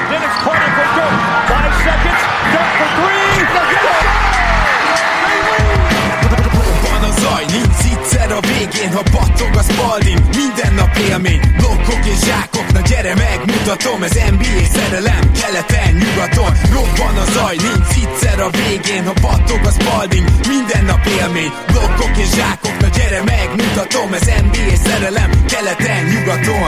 Then it's Carter for Dirk. 5 seconds. Dirk for 3. Van a zaj, nincs egyszer a végén, ha battog a Spalding. Minden nap élmény, blokkok és zsákok. Na gyere megmutatom, ez NBA szerelem, keleten, nyugaton. Robban a zaj, nincs egyszer a végén, ha battog a Spalding. Minden nap élmény, blokkok és zsákok. Na gyere megmutatom, ez NBA szerelem, keleten, nyugaton.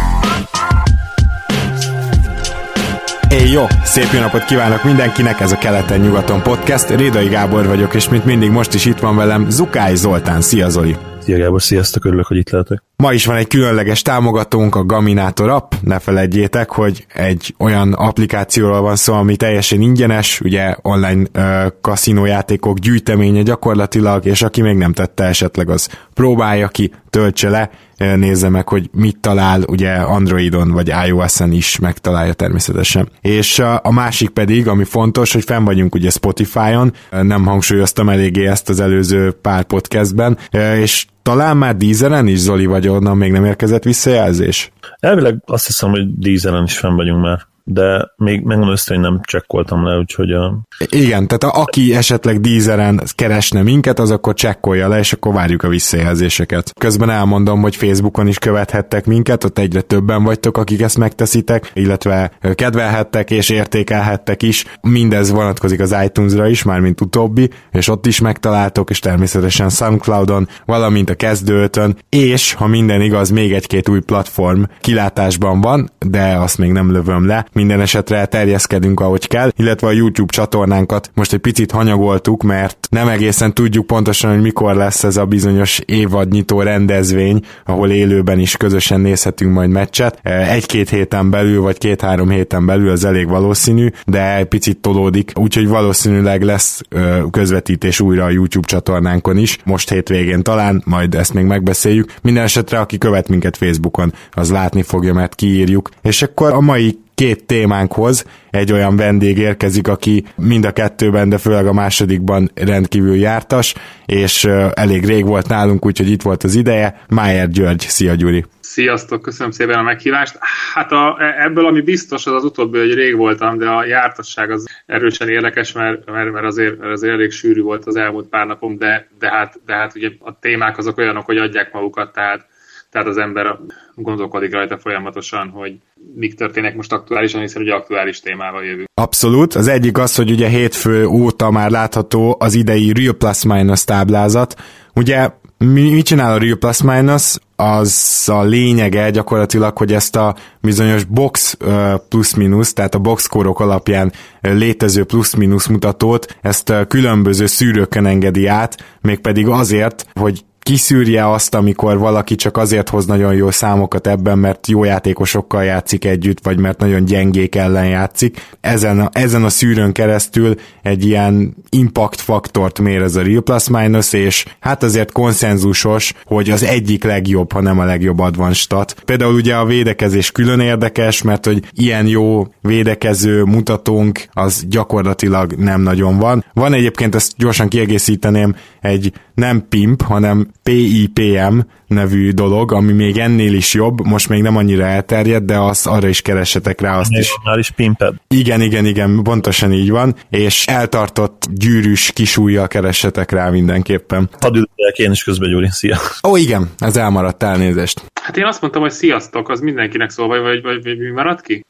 Jó, szép jó napot kívánok mindenkinek, ez a Keleten-nyugaton podcast. Rédai Gábor vagyok, és mint mindig most is itt van velem Zukály Zoltán. Szia Zoli! Szia Gábor, sziasztok, örülök, hogy itt lehetek. Ma is van egy különleges támogatónk, a Gaminator app. Ne feledjétek, hogy egy olyan applikációról van szó, ami teljesen ingyenes, ugye online kaszinójátékok gyűjteménye gyakorlatilag, és aki még nem tette esetleg, az próbálja ki, töltse le, nézze meg, hogy mit talál, ugye Androidon vagy iOS-en is megtalálja természetesen. És a másik pedig, ami fontos, hogy fenn vagyunk ugye Spotify-on, nem hangsúlyoztam eléggé ezt az előző pár podcastben, és talán már Deezeren is, Zoli, vagy onnan még nem érkezett visszajelzés? Elvileg azt hiszem, hogy Deezeren is fenn vagyunk már, de még megmondom össze, hogy nem csekkoltam le, úgyhogy... Igen, tehát aki esetleg Deezeren keresne minket, az akkor csekkolja le, és akkor várjuk a visszajelzéseket. Közben elmondom, hogy Facebookon is követhettek minket, ott egyre többen vagytok, akik ezt megteszitek, illetve kedvelhettek és értékelhettek is. Mindez vonatkozik az iTunes-ra is, mármint utóbbi, és ott is megtaláltok, és természetesen SoundCloudon, valamint a Kezdőtön, és ha minden igaz, még egy-két új platform kilátásban van, de azt még nem lövöm le. Minden esetre terjeszkedünk, ahogy kell, illetve a YouTube csatornánkat most egy picit hanyagoltuk, mert nem egészen tudjuk pontosan, hogy mikor lesz ez a bizonyos évadnyitó rendezvény, ahol élőben is közösen nézhetünk majd meccset. Egy-két héten belül, vagy 2-3 héten belül az elég valószínű, de egy picit tolódik, úgyhogy valószínűleg lesz közvetítés újra a YouTube csatornánkon is, most hétvégén talán, majd ezt még megbeszéljük. Minden esetre, aki követ minket Facebookon, az látni fogja, mert kiírjuk. És akkor a mai két témánkhoz egy olyan vendég érkezik, aki mind a kettőben, de főleg a másodikban rendkívül jártas, és elég rég volt nálunk, úgyhogy itt volt az ideje. Májer György, szia Gyuri! Sziasztok, köszönöm szépen a meghívást. Hát ebből, ami biztos, az utóbbi, hogy rég voltam, de a jártasság az erősen érdekes, mert azért elég sűrű volt az elmúlt pár napom, de hát ugye a témák azok olyanok, hogy adják magukat, tehát az ember gondolkodik rajta folyamatosan, hogy mik történnek most aktuálisan, hiszen ugye aktuális témával jövünk. Abszolút. Az egyik az, hogy ugye hétfő óta már látható az idei Real Plus Minus táblázat. Ugye mit csinál a Real Plus Minus? Az a lényege gyakorlatilag, hogy ezt a bizonyos box plusz-minusz, tehát a boxkorok alapján létező plusz-minusz mutatót, ezt különböző szűrőkön engedi át, mégpedig azért, hogy kiszűrje azt, amikor valaki csak azért hoz nagyon jó számokat ebben, mert jó játékosokkal játszik együtt, vagy mert nagyon gyengék ellen játszik. Ezen a szűrőn keresztül egy ilyen impact faktort mér ez a Real Plus Minus, és hát azért konszenzusos, hogy az egyik legjobb, ha nem a legjobb advanced stat. Például ugye a védekezés külön érdekes, mert hogy ilyen jó védekező mutatónk az gyakorlatilag nem nagyon van. Van egyébként, ezt gyorsan kiegészíteném, egy nem PIMP, hanem PIPM nevű dolog, ami még ennél is jobb, most még nem annyira elterjedt, de arra is keressetek rá azt is. Már is pimped. Igen, pontosan így van, és eltartott gyűrűs kisújjal keressetek rá mindenképpen. Hadd üdvözlök én is közben, Gyuri, szia! Ó, igen, ez elmaradt, elnézést. Hát én azt mondtam, hogy sziasztok, az mindenkinek szól, vagy mi maradt ki?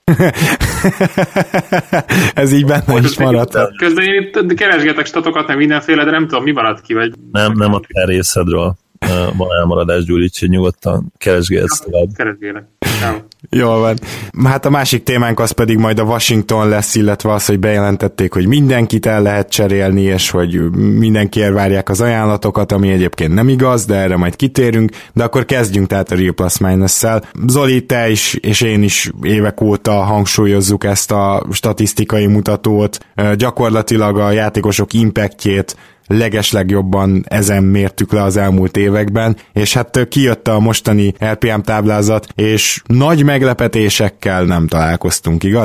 Ez így benne is maradt. Közben én itt keresgetek statokat, meg mindenféle, de nem tudom, mi maradt ki, vagy... Nem a te részedről van elmaradás, Gyuri, úgyhogy nyugodtan keresgélsz tovább. Keresgélek. Jól van. Hát a másik témánk az pedig majd a Washington lesz, illetve az, hogy bejelentették, hogy mindenkit el lehet cserélni, és hogy mindenkiért várják az ajánlatokat, ami egyébként nem igaz, de erre majd kitérünk. De akkor kezdjünk tehát a Real Plus Minus-szel. Zoli, te is és én is évek óta hangsúlyozzuk ezt a statisztikai mutatót. Gyakorlatilag a játékosok impactjét legeslegjobban ezen mértük le az elmúlt években, és hát kijött a mostani RPM táblázat, és nagy meglepetésekkel nem találkoztunk, igaz?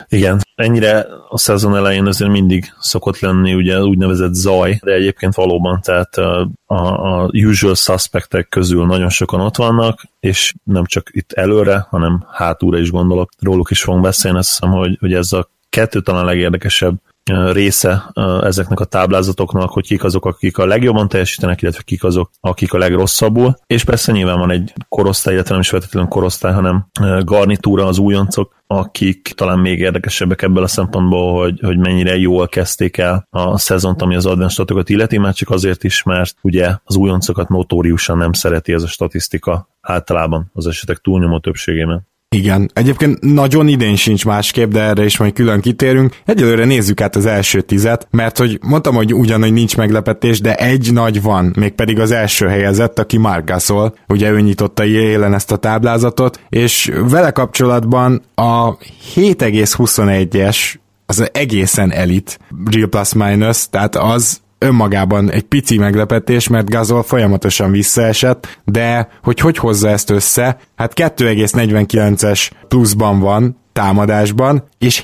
Igen, ennyire a szezon elején azért mindig szokott lenni ugye úgynevezett zaj, de egyébként valóban, tehát a usual suspectek közül nagyon sokan ott vannak, és nem csak itt előre, hanem hátulra is gondolok. Róluk is fogunk beszélni, azt hiszem, hogy ez a kettő talán legérdekesebb része ezeknek a táblázatoknak, hogy kik azok, akik a legjobban teljesítenek, illetve kik azok, akik a legrosszabbul. És persze nyilván van egy korosztály, illetve nem is feltétlenül korosztály, hanem garnitúra, az újoncok, akik talán még érdekesebbek ebből a szempontból, hogy mennyire jól kezdték el a szezont, ami az advanced statokat illeti, már csak azért is, mert ugye az újoncokat notóriusan nem szereti ez a statisztika általában az esetek túlnyomó többségében. Igen, egyébként nagyon idén sincs másképp, de erre is majd külön kitérünk. Egyelőre nézzük át az első 10-et, mert hogy mondtam, hogy ugyanúgy nincs meglepetés, de egy nagy van, mégpedig az első helyezett, aki Marc Gasol. Ugye ő nyitotta élen ezt a táblázatot, és vele kapcsolatban a 7,21-es az egészen elit real plus minus, tehát az önmagában egy pici meglepetés, mert Gasol folyamatosan visszaesett, de hogy hozza ezt össze? Hát 2,49-es pluszban van támadásban, és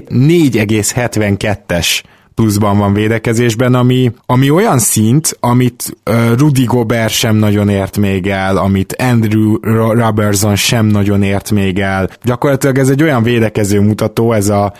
4,72-es pluszban van védekezésben, ami olyan szint, amit Rudy Gobert sem nagyon ért még el, amit Andrew Robertson sem nagyon ért még el. Gyakorlatilag ez egy olyan védekező mutató, ez a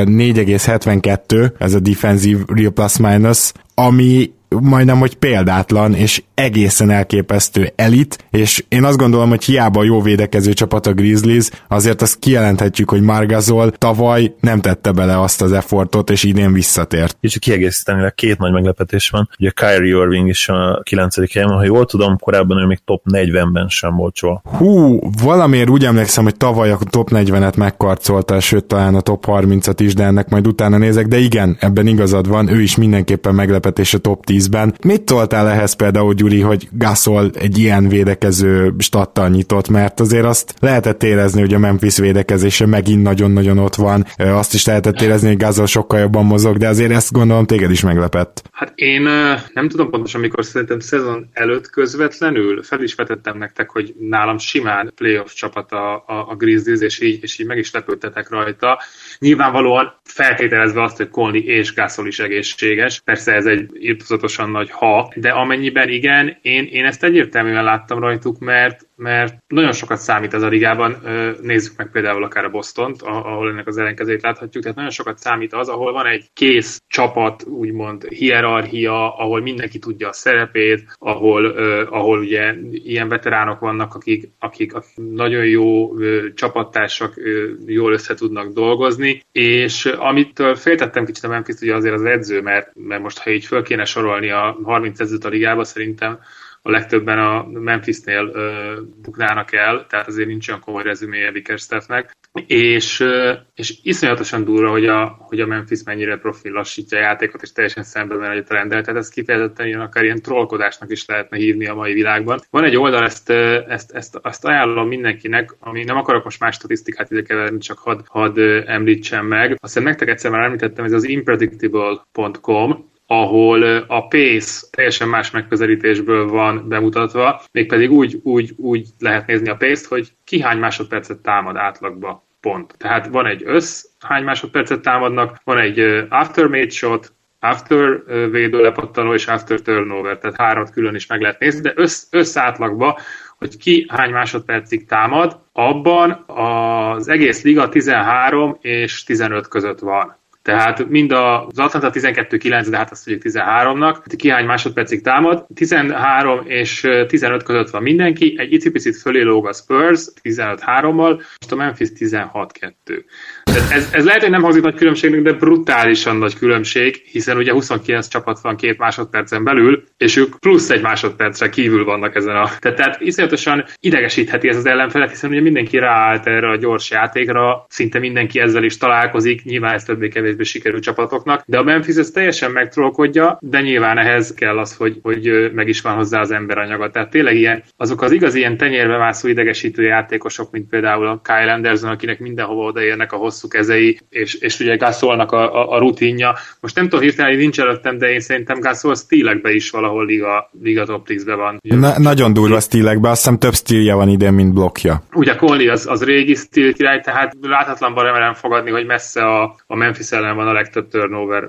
4,72, ez a defensive real plus minus, ami majdnem, hogy példátlan, és egészen elképesztő elit, és én azt gondolom, hogy hiába jó védekező csapat a Grizzlies, azért azt kijelenthetjük, hogy Marc Gasol tavaly nem tette bele azt az effortot, és idén visszatért. És kiegészíteni, két nagy meglepetés van. Ugye Kyrie Irving is a 9. helyen, ha jól tudom, korábban ő még top 40-ben sem volt soha. Valamiért úgy emlékszem, hogy tavaly a top 40-et megkarcolta, sőt talán a top 30-at is, de ennek majd utána nézek, de igen, ebben igazad van, ő is mindenképpen meglepetés a top 10-ben. Mit toltál ehhez például, Gyuri, hogy Gasol egy ilyen védekező stattal nyitott, mert azért azt lehetett érezni, hogy a Memphis védekezése megint nagyon-nagyon ott van, azt is lehetett érezni, hogy Gasol sokkal jobban mozog, de azért ezt gondolom téged is meglepett. Hát én nem tudom pontosan, amikor szerintem szezon előtt közvetlenül fel is vetettem nektek, hogy nálam simán playoff csapat a Grizzlies, és így meg is lepődtetek rajta. Nyilvánvalóan feltételezve azt, hogy Conley és Gasol is egészséges. Persze ez egy irtózatosan nagy ha, de amennyiben igen, én ezt egyértelműen láttam rajtuk, mert nagyon sokat számít ez a ligában. Nézzük meg például akár a Bostont, ahol ennek az ellenkezőjét láthatjuk. Tehát nagyon sokat számít az, ahol van egy kész csapat, úgymond hierarchia, ahol mindenki tudja a szerepét, ahol ugye ilyen veteránok vannak, akik nagyon jó csapattársak, jól össze tudnak dolgozni, és amitől féltettem kicsit a Memphis, ugye azért az edző, mert most ha így föl kéne sorolni a 30 edzőt a ligába, szerintem a legtöbben a Memphisnél buknának el, tehát azért nincs olyan komoly rezüméje Bickerstaffnek, és iszonyatosan durva, hogy a Memphis mennyire profil lassítja a játékot, és teljesen szemben van egy trendel, tehát ez kifejezetten akár ilyen trollkodásnak is lehetne hívni a mai világban. Van egy oldal, ezt ajánlom mindenkinek, ami nem akarok most más statisztikát ide keverni, csak hadd említsem meg. Azt nektek egyszer már említettem, ez az impredictable.com, ahol a pace teljesen más megközelítésből van bemutatva, mégpedig úgy lehet nézni a pace-t, hogy ki hány másodpercet támad átlagba, pont. Tehát van egy hány másodpercet támadnak, van egy after made shot, after védőlepattanó és after turnover, tehát 3 külön is meg lehet nézni, de átlagba, hogy ki hány másodpercig támad, abban az egész liga 13 és 15 között van. Tehát mind az Atlanta 12-9, de hát azt tudjuk 13-nak, ki hány másodpercig támad, 13 és 15 között van mindenki, egy icipicit fölé lóg a Spurs 15-3-mal, most a Memphis 16-2. Ez lehet, hogy nem hangzik nagy különbségnek, de brutálisan nagy különbség, hiszen ugye 29 csapat van 2 másodpercen belül, és ők plusz 1 másodpercre kívül vannak ezen a... Tehát iszonyatosan idegesítheti ez az ellenfelet, hiszen ugye mindenki ráállt erre a gyors játékra, szinte mindenki ezzel is találkozik, nyilván ez többé-kevésbé sikerül csapatoknak, de a Memphis ezt teljesen megtrollkodja, de nyilván ehhez kell az, hogy meg is van hozzá az emberanyaga. Tehát tényleg azok az ilyen tenyérbe mászó idegesítő játékosok, mint például a Kyle Anderson, akinek mindenhova odaérnek a hosszú hosszú kezei, és ugye Gasolnak a rutinja. Most nem tudom hirtelen, hogy nincs előttem, de én szerintem Gasol stealekbe is valahol liga top 10-be van. Nagyon durva stealekbe, azt hiszem több stealja van idén, mint blokkja. Ugye Conley az régi steal király, tehát láthatlanban remélem fogadni, hogy messze a Memphis ellen van a legtöbb turnover.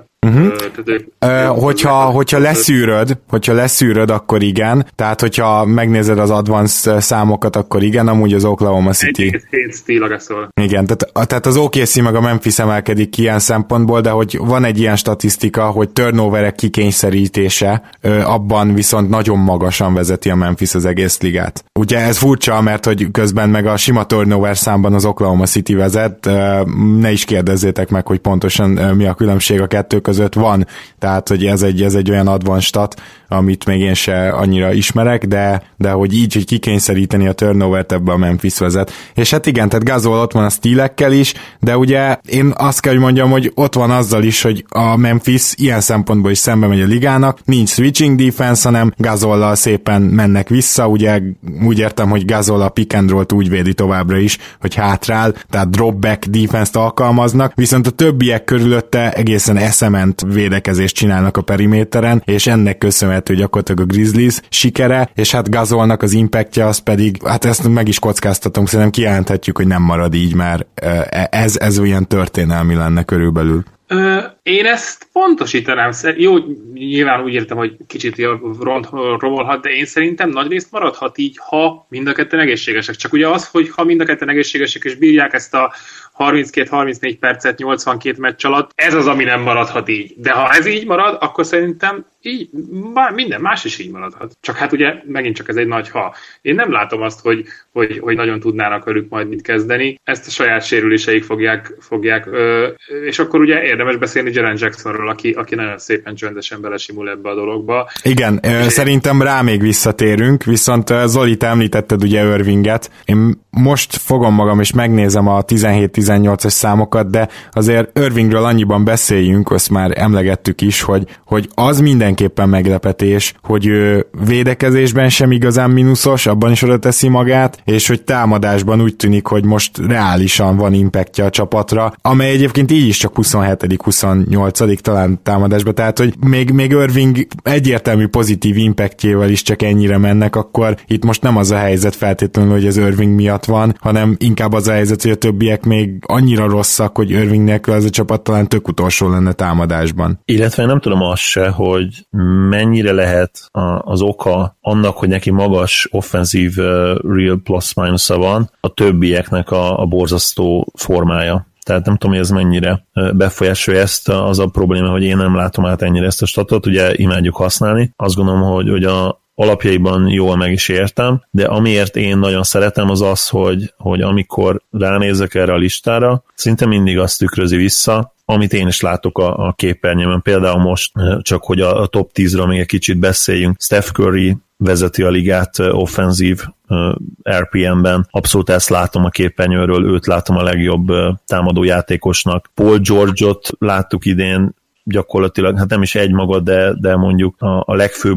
Hogyha leszűröd, akkor igen. Tehát, hogyha megnézed az advanced számokat, akkor igen, amúgy az Oklahoma City. 7 steal a Gasol. Igen, tehát az OKC meg a Memphis emelkedik ki ilyen szempontból, de hogy van egy ilyen statisztika, hogy turnoverek kikényszerítése, abban viszont nagyon magasan vezeti a Memphis az egész ligát. Ugye ez furcsa, mert hogy közben meg a sima turnover számban az Oklahoma City vezet, ne is kérdezzétek meg, hogy pontosan mi a különbség a kettő között van, tehát hogy ez egy olyan advanced stat, amit még én se annyira ismerek, de hogy így, hogy kikényszeríteni a turnovert, ebbe a Memphis vezet. És hát igen, tehát Gasol ott van a stealekkel is, de ugye én azt kell, hogy mondjam, hogy ott van azzal is, hogy a Memphis ilyen szempontból is szembe megy a ligának, nincs switching defense, hanem Gasollal szépen mennek vissza, ugye úgy értem, hogy Gasol a pick and roll-t úgy védi továbbra is, hogy hátrál, tehát drop back defense-t alkalmaznak, viszont a többiek körülötte egészen eszement védekezést csinálnak a periméteren, és ennek köszönhető gyakorlatilag a Grizzlies sikere, és hát Gasolnak az impactja az pedig, hát ezt meg is kockáztatunk, szerintem kijelenthetjük, hogy nem marad így, mert ez olyan történelmi lenne körülbelül. Én ezt pontosítanám. Jó, nyilván úgy értem, hogy kicsit romolhat, de én szerintem nagyrészt maradhat így, ha mind a ketten egészségesek. Csak ugye az, hogy ha mind a ketten egészségesek és bírják ezt a 32-34 percet 82 meccs alatt, ez az, ami nem maradhat így. De ha ez így marad, akkor szerintem így, minden más is így maradhat. Csak hát ugye megint csak ez egy nagy ha. Én nem látom azt, hogy nagyon tudnának velük majd mit kezdeni. Ezt a saját sérüléseik fogják és akkor ugye érdemes beszélni Jaren Jacksonról, aki nagyon szépen csöndesen belesimul ebbe a dologba. Igen, szerintem rá még visszatérünk, viszont Zoli, te említetted ugye Irvinget. Én most fogom magam és megnézem a 17-18-as számokat, de azért Irvingről annyiban beszéljünk, azt már emlegettük is, hogy az mindenképpen meglepetés, hogy ő védekezésben sem igazán mínuszos, abban is oda teszi magát, és hogy támadásban úgy tűnik, hogy most reálisan van impactja a csapatra, amely egyébként így is csak 27-28 talán támadásban, tehát hogy még Irving egyértelmű pozitív impactjével is csak ennyire mennek, akkor itt most nem az a helyzet feltétlenül, hogy ez Irving miatt van, hanem inkább az a helyzet, hogy a többiek még annyira rosszak, hogy Irving nélkül ez a csapat talán tök utolsó lenne támadásban. Illetve nem tudom azt se, hogy mennyire lehet az oka annak, hogy neki magas offenzív real plus-minus-a van, a többieknek a borzasztó formája. Tehát nem tudom, hogy ez mennyire befolyásolja ezt, az a probléma, hogy én nem látom át ennyire ezt a statot, ugye imádjuk használni. Azt gondolom, hogy a alapjaiban jól meg is értem, de amiért én nagyon szeretem az az, hogy amikor ránézek erre a listára, szinte mindig azt tükrözi vissza, amit én is látok a képernyőben. Például most csak, hogy a top 10-ről még egy kicsit beszéljünk. Steph Curry vezeti a ligát offenzív RPM-ben. Abszolút ezt látom a képernyőről, őt látom a legjobb támadó játékosnak. Paul George-ot láttuk idén, gyakorlatilag, hát nem is egymaga, de mondjuk a legfőbb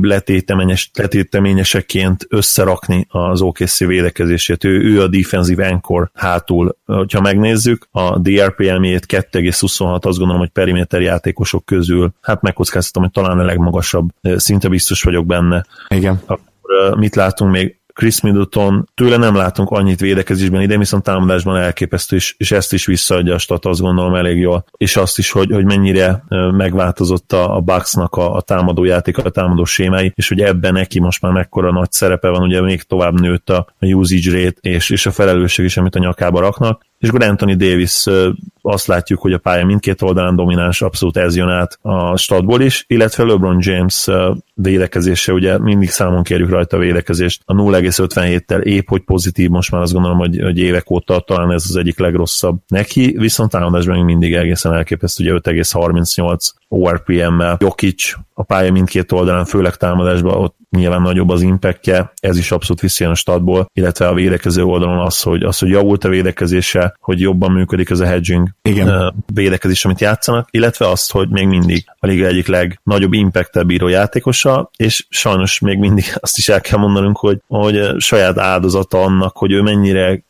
letéteményeseként összerakni az OKC védekezését. Ő a defensive anchor hátul. Ha megnézzük, a DRPM-jét 2,26, azt gondolom, hogy periméter játékosok közül, hát megkockáztatom, hogy talán a legmagasabb, szinte biztos vagyok benne. Igen. Akkor mit látunk még? Chris Middleton, tőle nem látunk annyit védekezésben, ide viszont támadásban elképesztő, és ezt is visszaadja a stat, azt gondolom elég jól. És azt is, hogy mennyire megváltozott a Bucksnak a támadójáték, a támadó sémái, és hogy ebben neki most már mekkora nagy szerepe van, ugye még tovább nőtt a usage rate, és a felelősség is, amit a nyakába raknak. És akkor Anthony Davis, azt látjuk, hogy a pálya mindkét oldalán domináns, abszolút ez jön át a statból is, illetve LeBron James védekezése, ugye mindig számon kérjük rajta a védekezést, a 0,57-tel épp, hogy pozitív, most már azt gondolom, hogy évek óta talán ez az egyik legrosszabb neki, viszont támadásban még mindig egészen elképesztő, ugye 5,38 ORPM-mel. Jokic a pálya mindkét oldalán, főleg támadásban, ott nyilván nagyobb az impactje, ez is abszolút visszajön a statból, illetve a védekező oldalon az, hogy javult a védekezése, hogy jobban működik ez a hedging védekezés, amit játszanak, illetve azt, hogy még mindig a liga egyik legnagyobb impact-tel bíró játékosa, és sajnos még mindig azt is el kell mondanunk, hogy saját áldozata annak, hogy ő mennyire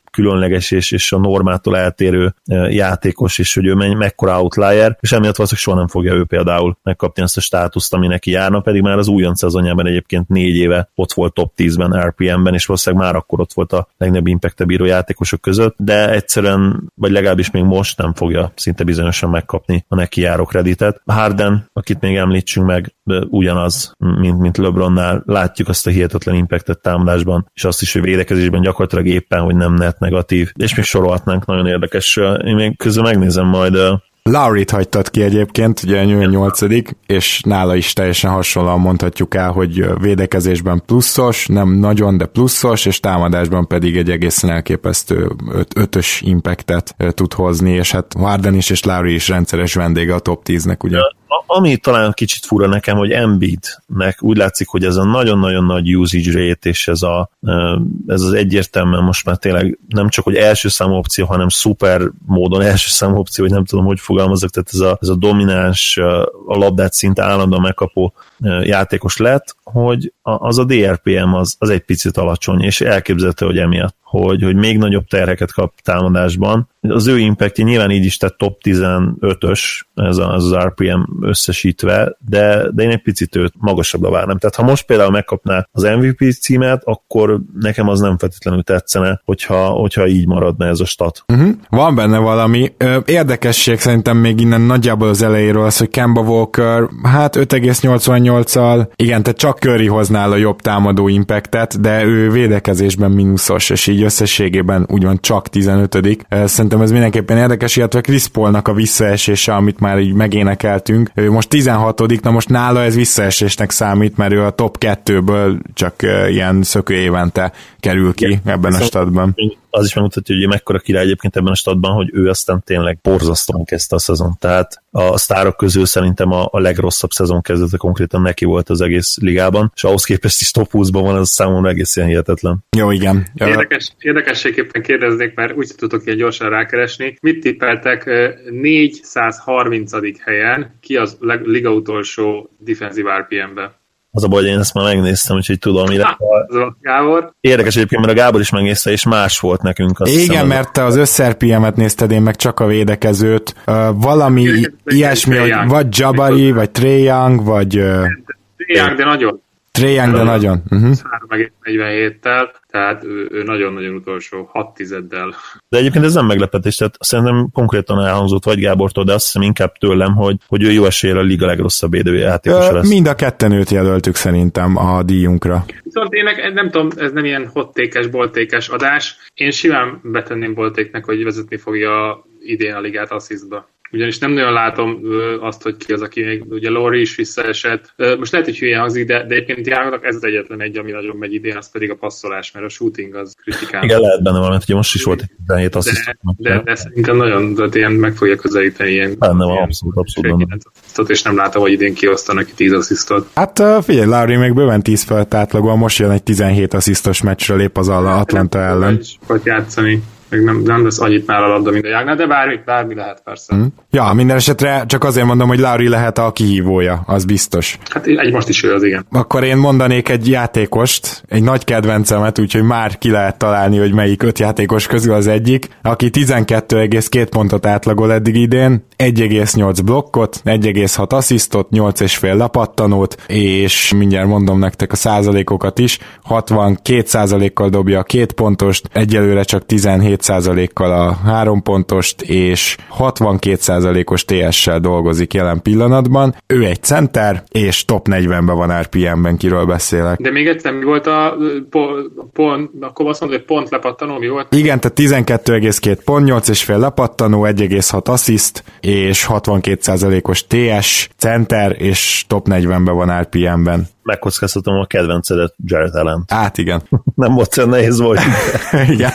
különleges és a normától eltérő játékos, és hogy ő mekkora outlier, és emiatt valószínűleg soha nem fogja ő például megkapni azt a státuszt, ami neki járna, pedig már az újonc szezonjában egyébként 4 éve ott volt top 10-ben RPM-ben, és valószínűleg már akkor ott volt a legnagyobb impact-e bíró játékosok között, de egyszerűen, vagy legalábbis még most nem fogja szinte bizonyosan megkapni a neki járó kreditet. Harden, akit még említsünk meg, ugyanaz, mint LeBronnál, látjuk azt a hihetetlen impactet támadásban, és azt is, hogy védekezésben gyakorlatilag éppen, hogy nem net negatív, és még sorolhatnánk, nagyon érdekes. Én még közül megnézem majd. Lowryt hagytad ki egyébként, ugye ő 8. és nála is teljesen hasonlóan mondhatjuk el, hogy védekezésben pluszos, nem nagyon, de pluszos, és támadásban pedig egy egészen elképesztő 5-ös impactet tud hozni, és hát Harden is és Lowry is rendszeres vendége a top 10-nek, ugye? Ami talán kicsit fura nekem, hogy Embiidnek úgy látszik, hogy ez a nagyon-nagyon nagy usage rate, és ez az egyértelműen most már tényleg nem csak, hogy első számú opció, hanem szuper módon első számú opció, hogy nem tudom, hogy fogalmazok, tehát ez a domináns, a labdát szinte állandóan megkapó játékos lett, hogy az a DRPM az egy picit alacsony, és elképzelhető, hogy emiatt, hogy még nagyobb terheket kap támadásban. Az ő impactje nyilván így is tett top 15-ös, ez az RPM összesítve, de én egy picit őt magasabbra várnám. Tehát ha most például megkapná az MVP címet, akkor nekem az nem feltétlenül tetszene, hogyha így maradna ez a stat. Van benne valami. Érdekesség szerintem még innen nagyjából az elejéről az, hogy Kemba Walker, hát 5,88-al, igen, tehát csak Curry hoznál a jobb támadó impactet, de ő védekezésben mínuszos, és így összességében úgymond csak 15. Szerintem ez mindenképpen érdekes, illetve Chris Paulnak a visszaesése, amit már így megénekeltünk. Ő most 16. Na most nála ez visszaesésnek számít, mert ő a top 2-ből csak ilyen szökő évente kerül ki ebben a statban. Az is megmutatja, hogy mekkora király egyébként ebben a statban, hogy ő aztán tényleg borzasztóan kezdte a szezon. Tehát a sztárok közül szerintem a legrosszabb szezon kezdete konkrétan neki volt az egész ligában, és ahhoz képest is top 20-ban van, az számomra egészen hihetetlen. Jó, igen. Érdekességképpen kérdeznék, mert úgy tudok ilyen gyorsan rákeresni. Mit tippeltek 430. helyen, ki az liga utolsó defensive RPM-be? Az a baj, hogy én ezt már megnéztem, úgyhogy tudom, mire. Gábor? Érdekes egyébként, mert a Gábor is megnézte, és más volt nekünk. Igen, mert te az össz-RPM-et nézted, én meg csak a védekezőt. Valami ilyesmi, hogy vagy Jabari, vagy Trae Young, vagy... Trae Young, de nagyon. Trae Young, de nagyon. 3,47-tel, tehát ő nagyon-nagyon utolsó, 6-10-del. De egyébként ez nem meglepetés, tehát szerintem konkrétan elhangzott vagy Gábortól, de azt hiszem inkább tőlem, hogy ő jó eséllyel a liga legrosszabb védőjátékosa lesz. Mind a ketten őt jelöltük szerintem a díjunkra. Viszont én nem tudom, ez nem ilyen hottékes, boltékes adás. Én simán betenném boltéknek, hogy vezetni fogja idén a ligát asszisztba. Ugyanis nem nagyon látom azt, hogy ki az, aki még, ugye Lowry is visszaesett. Most lehet, hogy hülyen hangzik, de egyébként Youngnak ez az egyetlen egy, ami nagyon megy idén, az pedig a passzolás, mert a shooting az kritikán. Igen, lehet benne valamit, hogy most is volt egy 17 asszisztot. De szerintem nagyon, tehát ilyen meg fogja közelíteni ilyen. Benne van, abszolút. És nem látom, hogy idén kiosztanak ki 10 asszisztot. Hát figyelj, Lowry még bőven 10 felett átlagol, most jön egy 17 asszisztos meccsre, lép az Atlanta ellen. Hogy játszani. Meg nem lesz annyit már a labda, mint a Youngnál, de bármi lehet persze. Ja, minden esetre csak azért mondom, hogy Lowry lehet a kihívója, az biztos. Hát egy most is ő az, igen. Akkor én mondanék egy játékost, egy nagy kedvencemet, úgyhogy már ki lehet találni, hogy melyik 5 játékos közül az egyik, aki 12,2 pontot átlagol eddig idén, 1,8 blokkot, 1,6 asszisztot, 8,5 lepattanót, és mindjárt mondom nektek a százalékokat is, 62%-kal dobja a 2 pontost, egyelőre csak 17%-kal a 3 pontost, és 62%-os TS-sel dolgozik jelen pillanatban. Ő egy center, és top 40-ben van RPM-ben, kiről beszélek. De még egyszer, mi volt a pont, akkor azt mondod, hogy pont lepattanó, mi volt? Igen, tehát 12,2 pont, 8,5 lepattanó, 1,6 assziszt, és 62%-os TS, center, és top 40-ben van RPM-ben. Megkockáztatom a kedvencedet, Jared Allen. Hát igen. Nem volt olyan nehéz volt. Igen.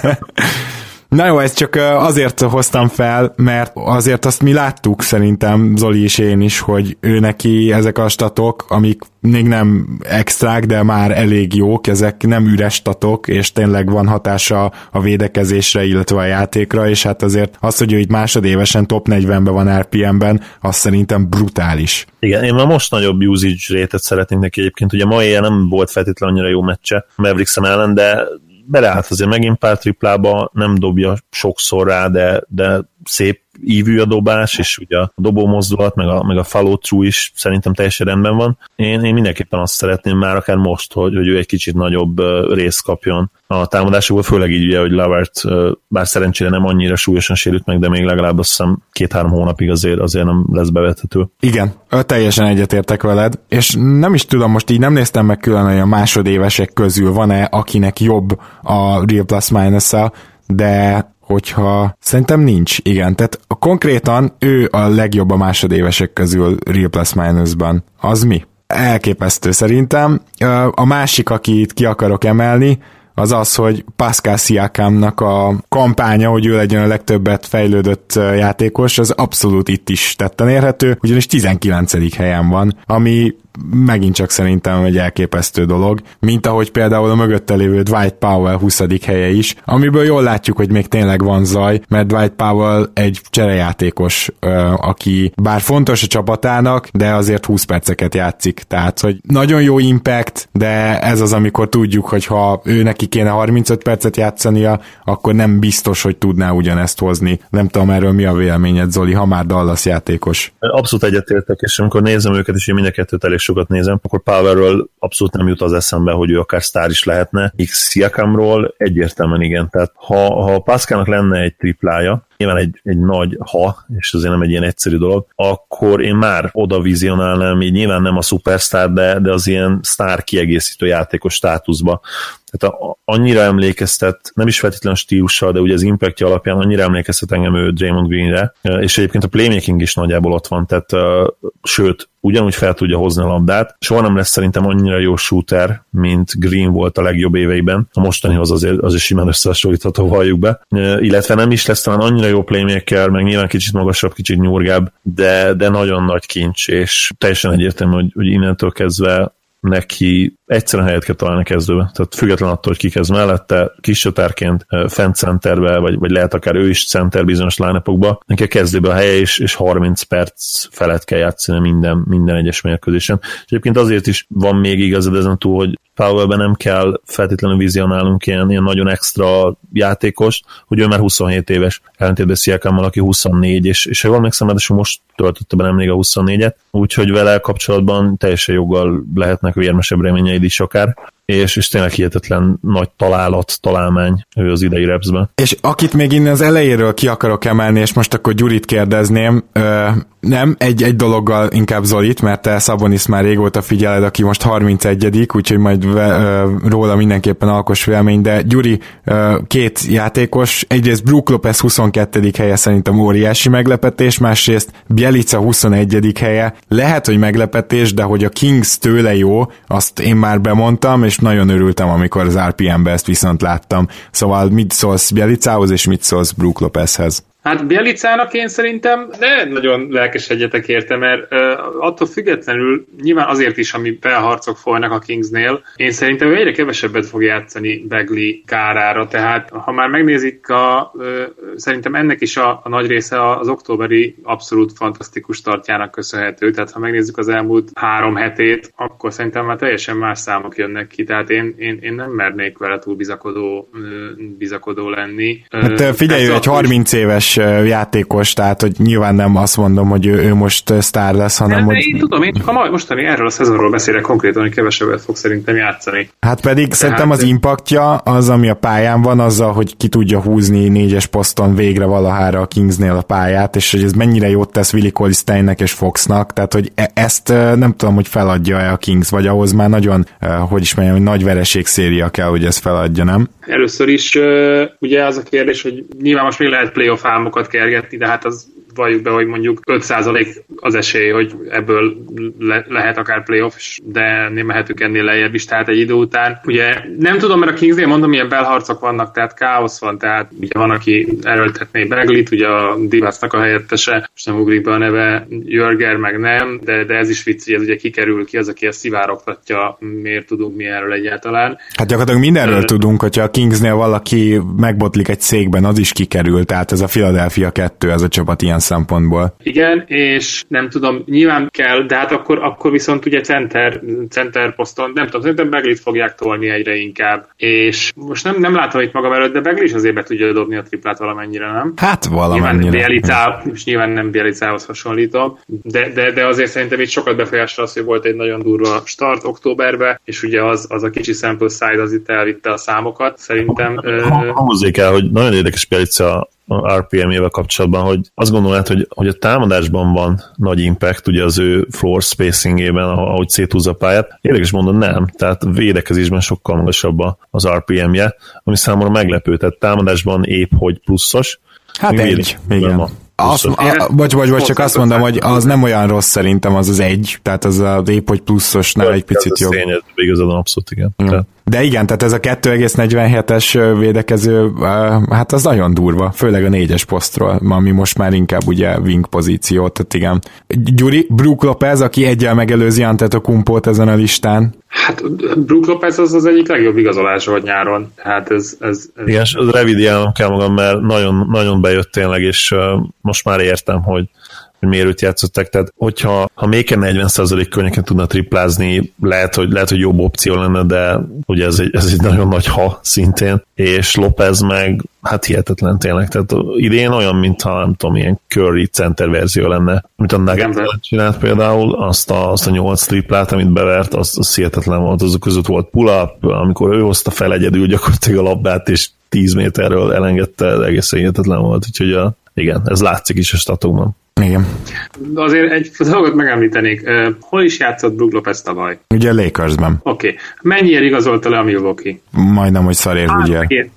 Na jó, ezt csak azért hoztam fel, mert azért azt mi láttuk szerintem, Zoli és én is, hogy ő neki ezek a statok, amik még nem extrák, de már elég jók, ezek nem üres statok, és tényleg van hatása a védekezésre, illetve a játékra, és hát azért az, hogy ő itt másodévesen top 40-ben van RPM-ben, az szerintem brutális. Igen, én már most nagyobb usage rate-et szeretnénk neki egyébként, ugye ma éjjel nem volt feltétlenül annyira jó meccse Mavericks ellen, de beleállt azért megint pár triplába, nem dobja sokszor rá, de szép ívű a dobás, és ugye a dobó mozdulat, meg a follow through is szerintem teljesen rendben van. Én mindenképpen azt szeretném már akár most, hogy ő egy kicsit nagyobb részt kapjon a támadásokból, főleg így ugye, hogy Lavert bár szerencsére nem annyira súlyosan sérült meg, de még legalább azt hiszem 2-3 hónapig azért nem lesz bevethető. Igen, teljesen egyetértek veled, és nem is tudom, most így nem néztem meg külön, hogy a másodévesek közül van-e, akinek jobb a Real Plus Minus-a, de hogyha szerintem nincs, igen, tehát konkrétan ő a legjobb a másodévesek közül Real Plus Minus-ban. Az mi? Elképesztő szerintem. A másik, akit ki akarok emelni, az, hogy Pascal Siakamnak a kampánya, hogy ő legyen a legtöbbet fejlődött játékos, az abszolút itt is tetten érhető, ugyanis 19. helyen van, ami megint csak szerintem egy elképesztő dolog, mint ahogy például a mögötte lévő Dwight Powell 20. helye is, amiből jól látjuk, hogy még tényleg van zaj, mert Dwight Powell egy cserejátékos, aki bár fontos a csapatának, de azért 20 perceket játszik, tehát hogy nagyon jó impact, de ez az, amikor tudjuk, hogy ha ő neki kéne 35 percet játszania, akkor nem biztos, hogy tudná ugyanezt hozni. Nem tudom, erről mi a véleményed, Zoli, ha már Dallas játékos. Abszolút egyetértek, és amikor nézem őket, és én mind a kettőt elég sokat nézem, akkor Powellről abszolút nem jut az eszembe, hogy ő akár sztár is lehetne. Siakamról egyértelműen igen. Tehát ha Pascalnak lenne egy triplája, nyilván egy nagy és azért nem egy ilyen egyszerű dolog, akkor én már oda vizionálnám, így nyilván nem a szupersztár, de az ilyen sztár kiegészítő játékos státuszba. Tehát annyira emlékeztet, nem is feltétlenül stílussal, de ugye az impactja alapján annyira emlékeztet engem ő Draymond Greenre, és egyébként a playmaking is nagyjából ott van, tehát sőt, ugyanúgy fel tudja hozni a labdát. Soha nem lesz szerintem annyira jó shooter, mint Green volt a legjobb éveiben. A mostanihoz azért simán összehasonlítható, valljuk be. Illetve nem is lesz talán annyira jó playmaker, meg nyilván kicsit magasabb, kicsit nyurgább, de nagyon nagy kincs, és teljesen egyértelmű, hogy innentől kezdve neki egyszerűen helyet kell találni kezdőbe. Tehát független attól, hogy ki kezd mellette, kis csatárként, fent centerbe, vagy lehet akár ő is center bizonyos line-upokba, neki a kezdőbe a helye és 30 perc felett kell játszani minden egyes mérkőzésen. És egyébként azért is van még igazad ezen túl, hogy Powellben nem kell feltétlenül vizionálnunk ilyen nagyon extra játékost, hogy ő már 27 éves, ellentétben Siakammal, aki 24, és ha jól emlékszem, ráadásul most töltötte be nemrég a 24-et, úgyhogy vele kapcsolatban teljesen joggal lehetnek vérmesebb reményeid is akár, és tényleg hihetetlen nagy találmány ő az idei Rapsben. És akit még innen az elejéről ki akarok emelni, és most akkor Gyurit kérdezném, nem, egy dologgal inkább Zolit, mert te Szabonis már régóta figyeled, aki most 31, úgyhogy majd róla mindenképpen alkos vélemény, de Gyuri, két játékos, egyrészt Brook Lopez 22. helye szerintem óriási meglepetés, másrészt Bjelica 21. helye, lehet, hogy meglepetés, de hogy a Kings tőle jó, azt én már bemondtam, és nagyon örültem, amikor az RPM-be ezt viszont láttam. Szóval mit szólsz Bjelicához, és mit szólsz Brook Lopezhez? Hát Bjelicának én szerintem nagyon lelkesedjetek érte, mert attól függetlenül nyilván azért is, ami felharcok folynak a Kingsnél, én szerintem ő egyre kevesebbet fog játszani Bagley kárára, tehát ha már megnézik, szerintem ennek is a nagy része az októberi abszolút fantasztikus startjának köszönhető, tehát ha megnézzük az elmúlt 3 hetét, akkor szerintem már teljesen más számok jönnek ki, tehát én nem mernék vele túl bizakodó lenni. Hát figyelj, ő egy 30 éves játékos, tehát hogy nyilván nem azt mondom, hogy ő most sztár lesz, hanem hogy... Én tudom, én csak a mostani erről a szezonról beszélek konkrétan, hogy kevesebbet fog szerintem játszani. Hát pedig szerintem az impaktja az, ami a pályán van, azzal, hogy ki tudja húzni 4-es poszton végre valahára a Kingsnél a pályát, és hogy ez mennyire jót tesz Willie Cauley-Steinnek és Foxnak, tehát hogy ezt nem tudom, hogy feladja-e a Kings, vagy ahhoz már nagyon, hogy mondjam, hogy nagy vereségszéria kell, hogy ezt feladja, nem? Először is ugye az a kérdés, hogy nyilván most még lehet playoff álmokat kergetni, de hát az valljuk be, hogy mondjuk 5% az esély, hogy ebből lehet akár playoff, de nem mehetünk ennél lejjebb is, tehát egy idő után. Ugye nem tudom, mert a Kingsnél mondom, milyen belharcok vannak, tehát káosz van, tehát ugye van, aki erőltetné Bagleyt, ugye a Divasnak a helyettese, most nem ugrik be a neve, Jörger meg nem, de ez is vicc, hogy ez ugye kikerül ki, az, aki ezt szivárogtatja, miért tudunk mi erről egyáltalán. Hát gyakorlatilag mindenről tudunk, hogyha a Kingsnél valaki megbotlik egy székben, az is kikerül, tehát ez a Philadelphia 2, ez a csapat ilyen szempontból. Igen, és nem tudom, nyilván kell, de hát akkor viszont ugye center poszton, nem tudom, szerintem Bagleyt fogják tolni egyre inkább. És most nem látom itt magam előtt, de Bagley is azért be tudja dobni a triplát valamennyire, nem? Hát valamennyire. Nyilván nem Bielicához hasonlítom, de azért szerintem itt sokat befolyásol az, hogy volt egy nagyon durva start októberben, és ugye az a kicsi sample size az itt elvitte a számokat, szerintem. Hozzék el, hogy nagyon érdekes Bielica a RPM-ével kapcsolatban, hogy azt gondolod, hogy a támadásban van nagy impact, ugye az ő floor spacingében, ahogy széthúzza a pályát. Érdekes mondom, nem. Tehát védekezésben sokkal magasabb az RPM-je, ami számomra meglepő. Tehát támadásban épp hogy pluszos. Hát egy, igen. Bocs, csak azt mondom, hogy az nem olyan rossz szerintem, az egy, tehát az épp hogy pluszosnál egy picit jobb. Igazadon abszolút, igen. De igen, tehát ez a 2,47-es védekező, hát az nagyon durva, főleg a 4-es posztról, ami most már inkább ugye wing pozíció, tehát igen. Gyuri, Brook Lopez, aki egyel megelőzi Antetokounmpót ezen a listán. Hát Brook Lopez az egyik legjobb igazolás volt nyáron. Hát ez... Igen, revidiálnom kell magam, mert nagyon, nagyon bejött tényleg, és most már értem, hogy miért őt játszották, tehát hogyha Maker 40% környéken tudna triplázni, lehet, hogy jobb opció lenne, de ugye ez egy nagyon nagy ha szintén, és Lopez meg hát hihetetlen tényleg, tehát idén olyan, mintha nem tudom, ilyen Curry center verzió lenne, mint a Nuggets csinált például, azt a 8 triplát, amit bevert, az hihetetlen volt, azok között volt pull-up, amikor ő hozta fel egyedül gyakorlatilag a labdát, és 10 méterről elengedte, egészen hihetetlen volt, úgyhogy igen, ez látszik is a statokban. Igen. De azért egy dolgot megemlítenék. Hol is játszott Brook Lopez tavaly? Ugye Lakersben. Oké. Mennyire igazolta le a Milwaukee? Majdnem, hogy szarér, ugye.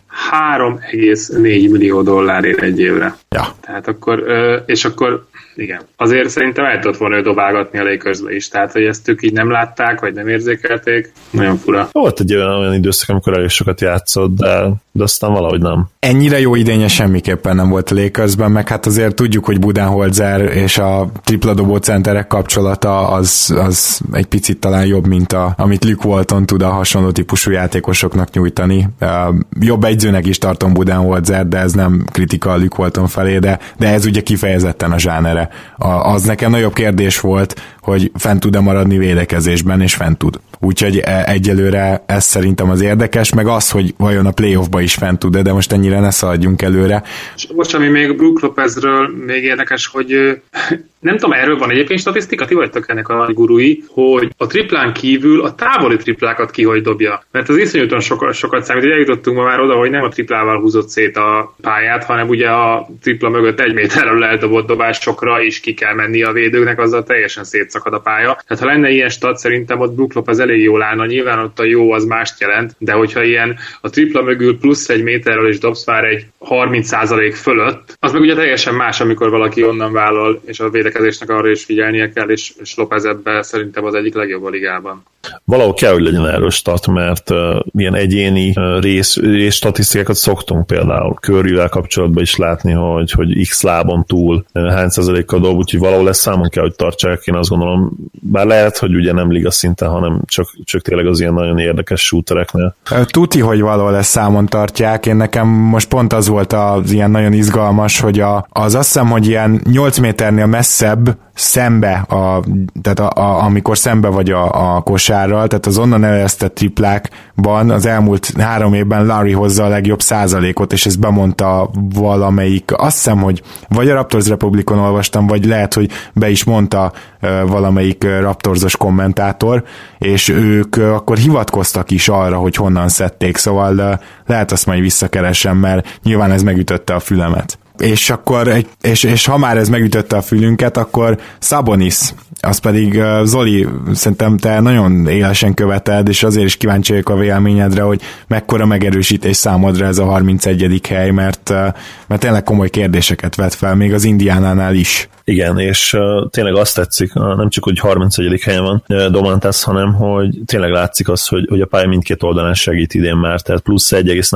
3,4 millió dollárért egy évre. Ja. Tehát akkor, és akkor igen. Azért szerintem el tudott volna dobálgatni a Lakersbe is, tehát hogy ezt ők így nem látták, vagy nem érzékelték. Nagyon fura. Volt egy olyan időszak, amikor elég sokat játszott, de aztán valahogy nem. Ennyire jó idénye semmiképpen nem volt a Lakersben, meg hát azért tudjuk, hogy Budenholzer és a tripladobó centerek kapcsolata az egy picit talán jobb, mint amit Luke Walton tud a hasonló típusú játékosoknak nyújtani. Jobb egyzőnek is tartom Budenholzer, de ez nem kritika a Luke Walton felé, de ez ugye kifejezetten a zsánere. Az nekem nagyobb kérdés volt, hogy fent tud-e maradni védekezésben, és fent tud. Úgyhogy egyelőre ez szerintem az érdekes, meg az, hogy vajon a playoffba is fent tud, de most ennyire ne szaladjunk előre. És most, ami még Brook Lopezről még érdekes, hogy nem tudom, erről van egyébként statisztika, ti vagytok ennek a gurui, hogy a triplán kívül a távoli triplákat ki hogy dobja. Mert az iszonyúton sokat számít, hogy eljutottunk ma már oda, hogy nem a triplával húzott szét a pályát, hanem ugye a tripla mögött 1 méterről eldobott dobásokra is ki kell menni a védőknek, azzal teljesen szétszakad a pálya. Tehát ha lenne ilyen stat, szerintem ott Brook Lopez elég jól állna, nyilván ott a jó az mást jelent, de hogyha ilyen a tripla mögül plusz 1 méterről is dobsz már egy 30% fölött, az meg ugye teljesen más, amikor valaki onnan vállal, és a védekezésnek arra is figyelnie kell, és Lopez ebben szerintem az egyik legjobb a ligában. Valahol kell, hogy legyen erről stat, mert ilyen egyéni rész statisztikákat szoktunk például Curryvel kapcsolatban is látni, hogy X lábon túl hány százalékkal dob, úgyhogy valahol ezt számon kell, hogy tartsák, én azt gondolom, bár lehet, hogy ugye nem liga szinten, hanem csak tényleg az ilyen nagyon érdekes shootereknél. Tuti, hogy valahol ezt számon tartják, én nekem most pont az volt az ilyen nagyon izgalmas, hogy az azt hiszem, hogy ilyen 8 méternél messzebb szembe, tehát amikor szembe vagy a kosárral, tehát az onnan eresztett triplákban az elmúlt 3 évben Larry hozza a legjobb százalékot, és ezt bemondta valamelyik, azt hiszem, hogy vagy a Raptors Republikon olvastam, vagy lehet, hogy be is mondta valamelyik Raptorsos kommentátor, és ők akkor hivatkoztak is arra, hogy honnan szedték, szóval lehet azt majd visszakeresem, mert nyilván ez megütötte a fülemet. És akkor, és ha már ez megütötte a fülünket, akkor Sabonis, az pedig Zoli, szerintem te nagyon élesen követed, és azért is kíváncsi vagyok a véleményedre, hogy mekkora megerősítés számodra ez a 31. hely, mert tényleg komoly kérdéseket vet fel, még az Indiánánál is. Igen, és tényleg azt tetszik, nem csak, hogy 31. helyen van Domantas, hanem hogy tényleg látszik az, hogy a pálya mindkét oldalán segít idén már, tehát plusz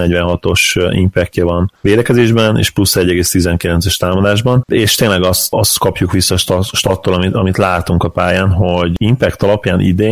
1,46-os impactje van védekezésben, és plusz 1,19-es támadásban, és tényleg azt kapjuk vissza stattól, amit látunk a pályán, hogy impact alapján idén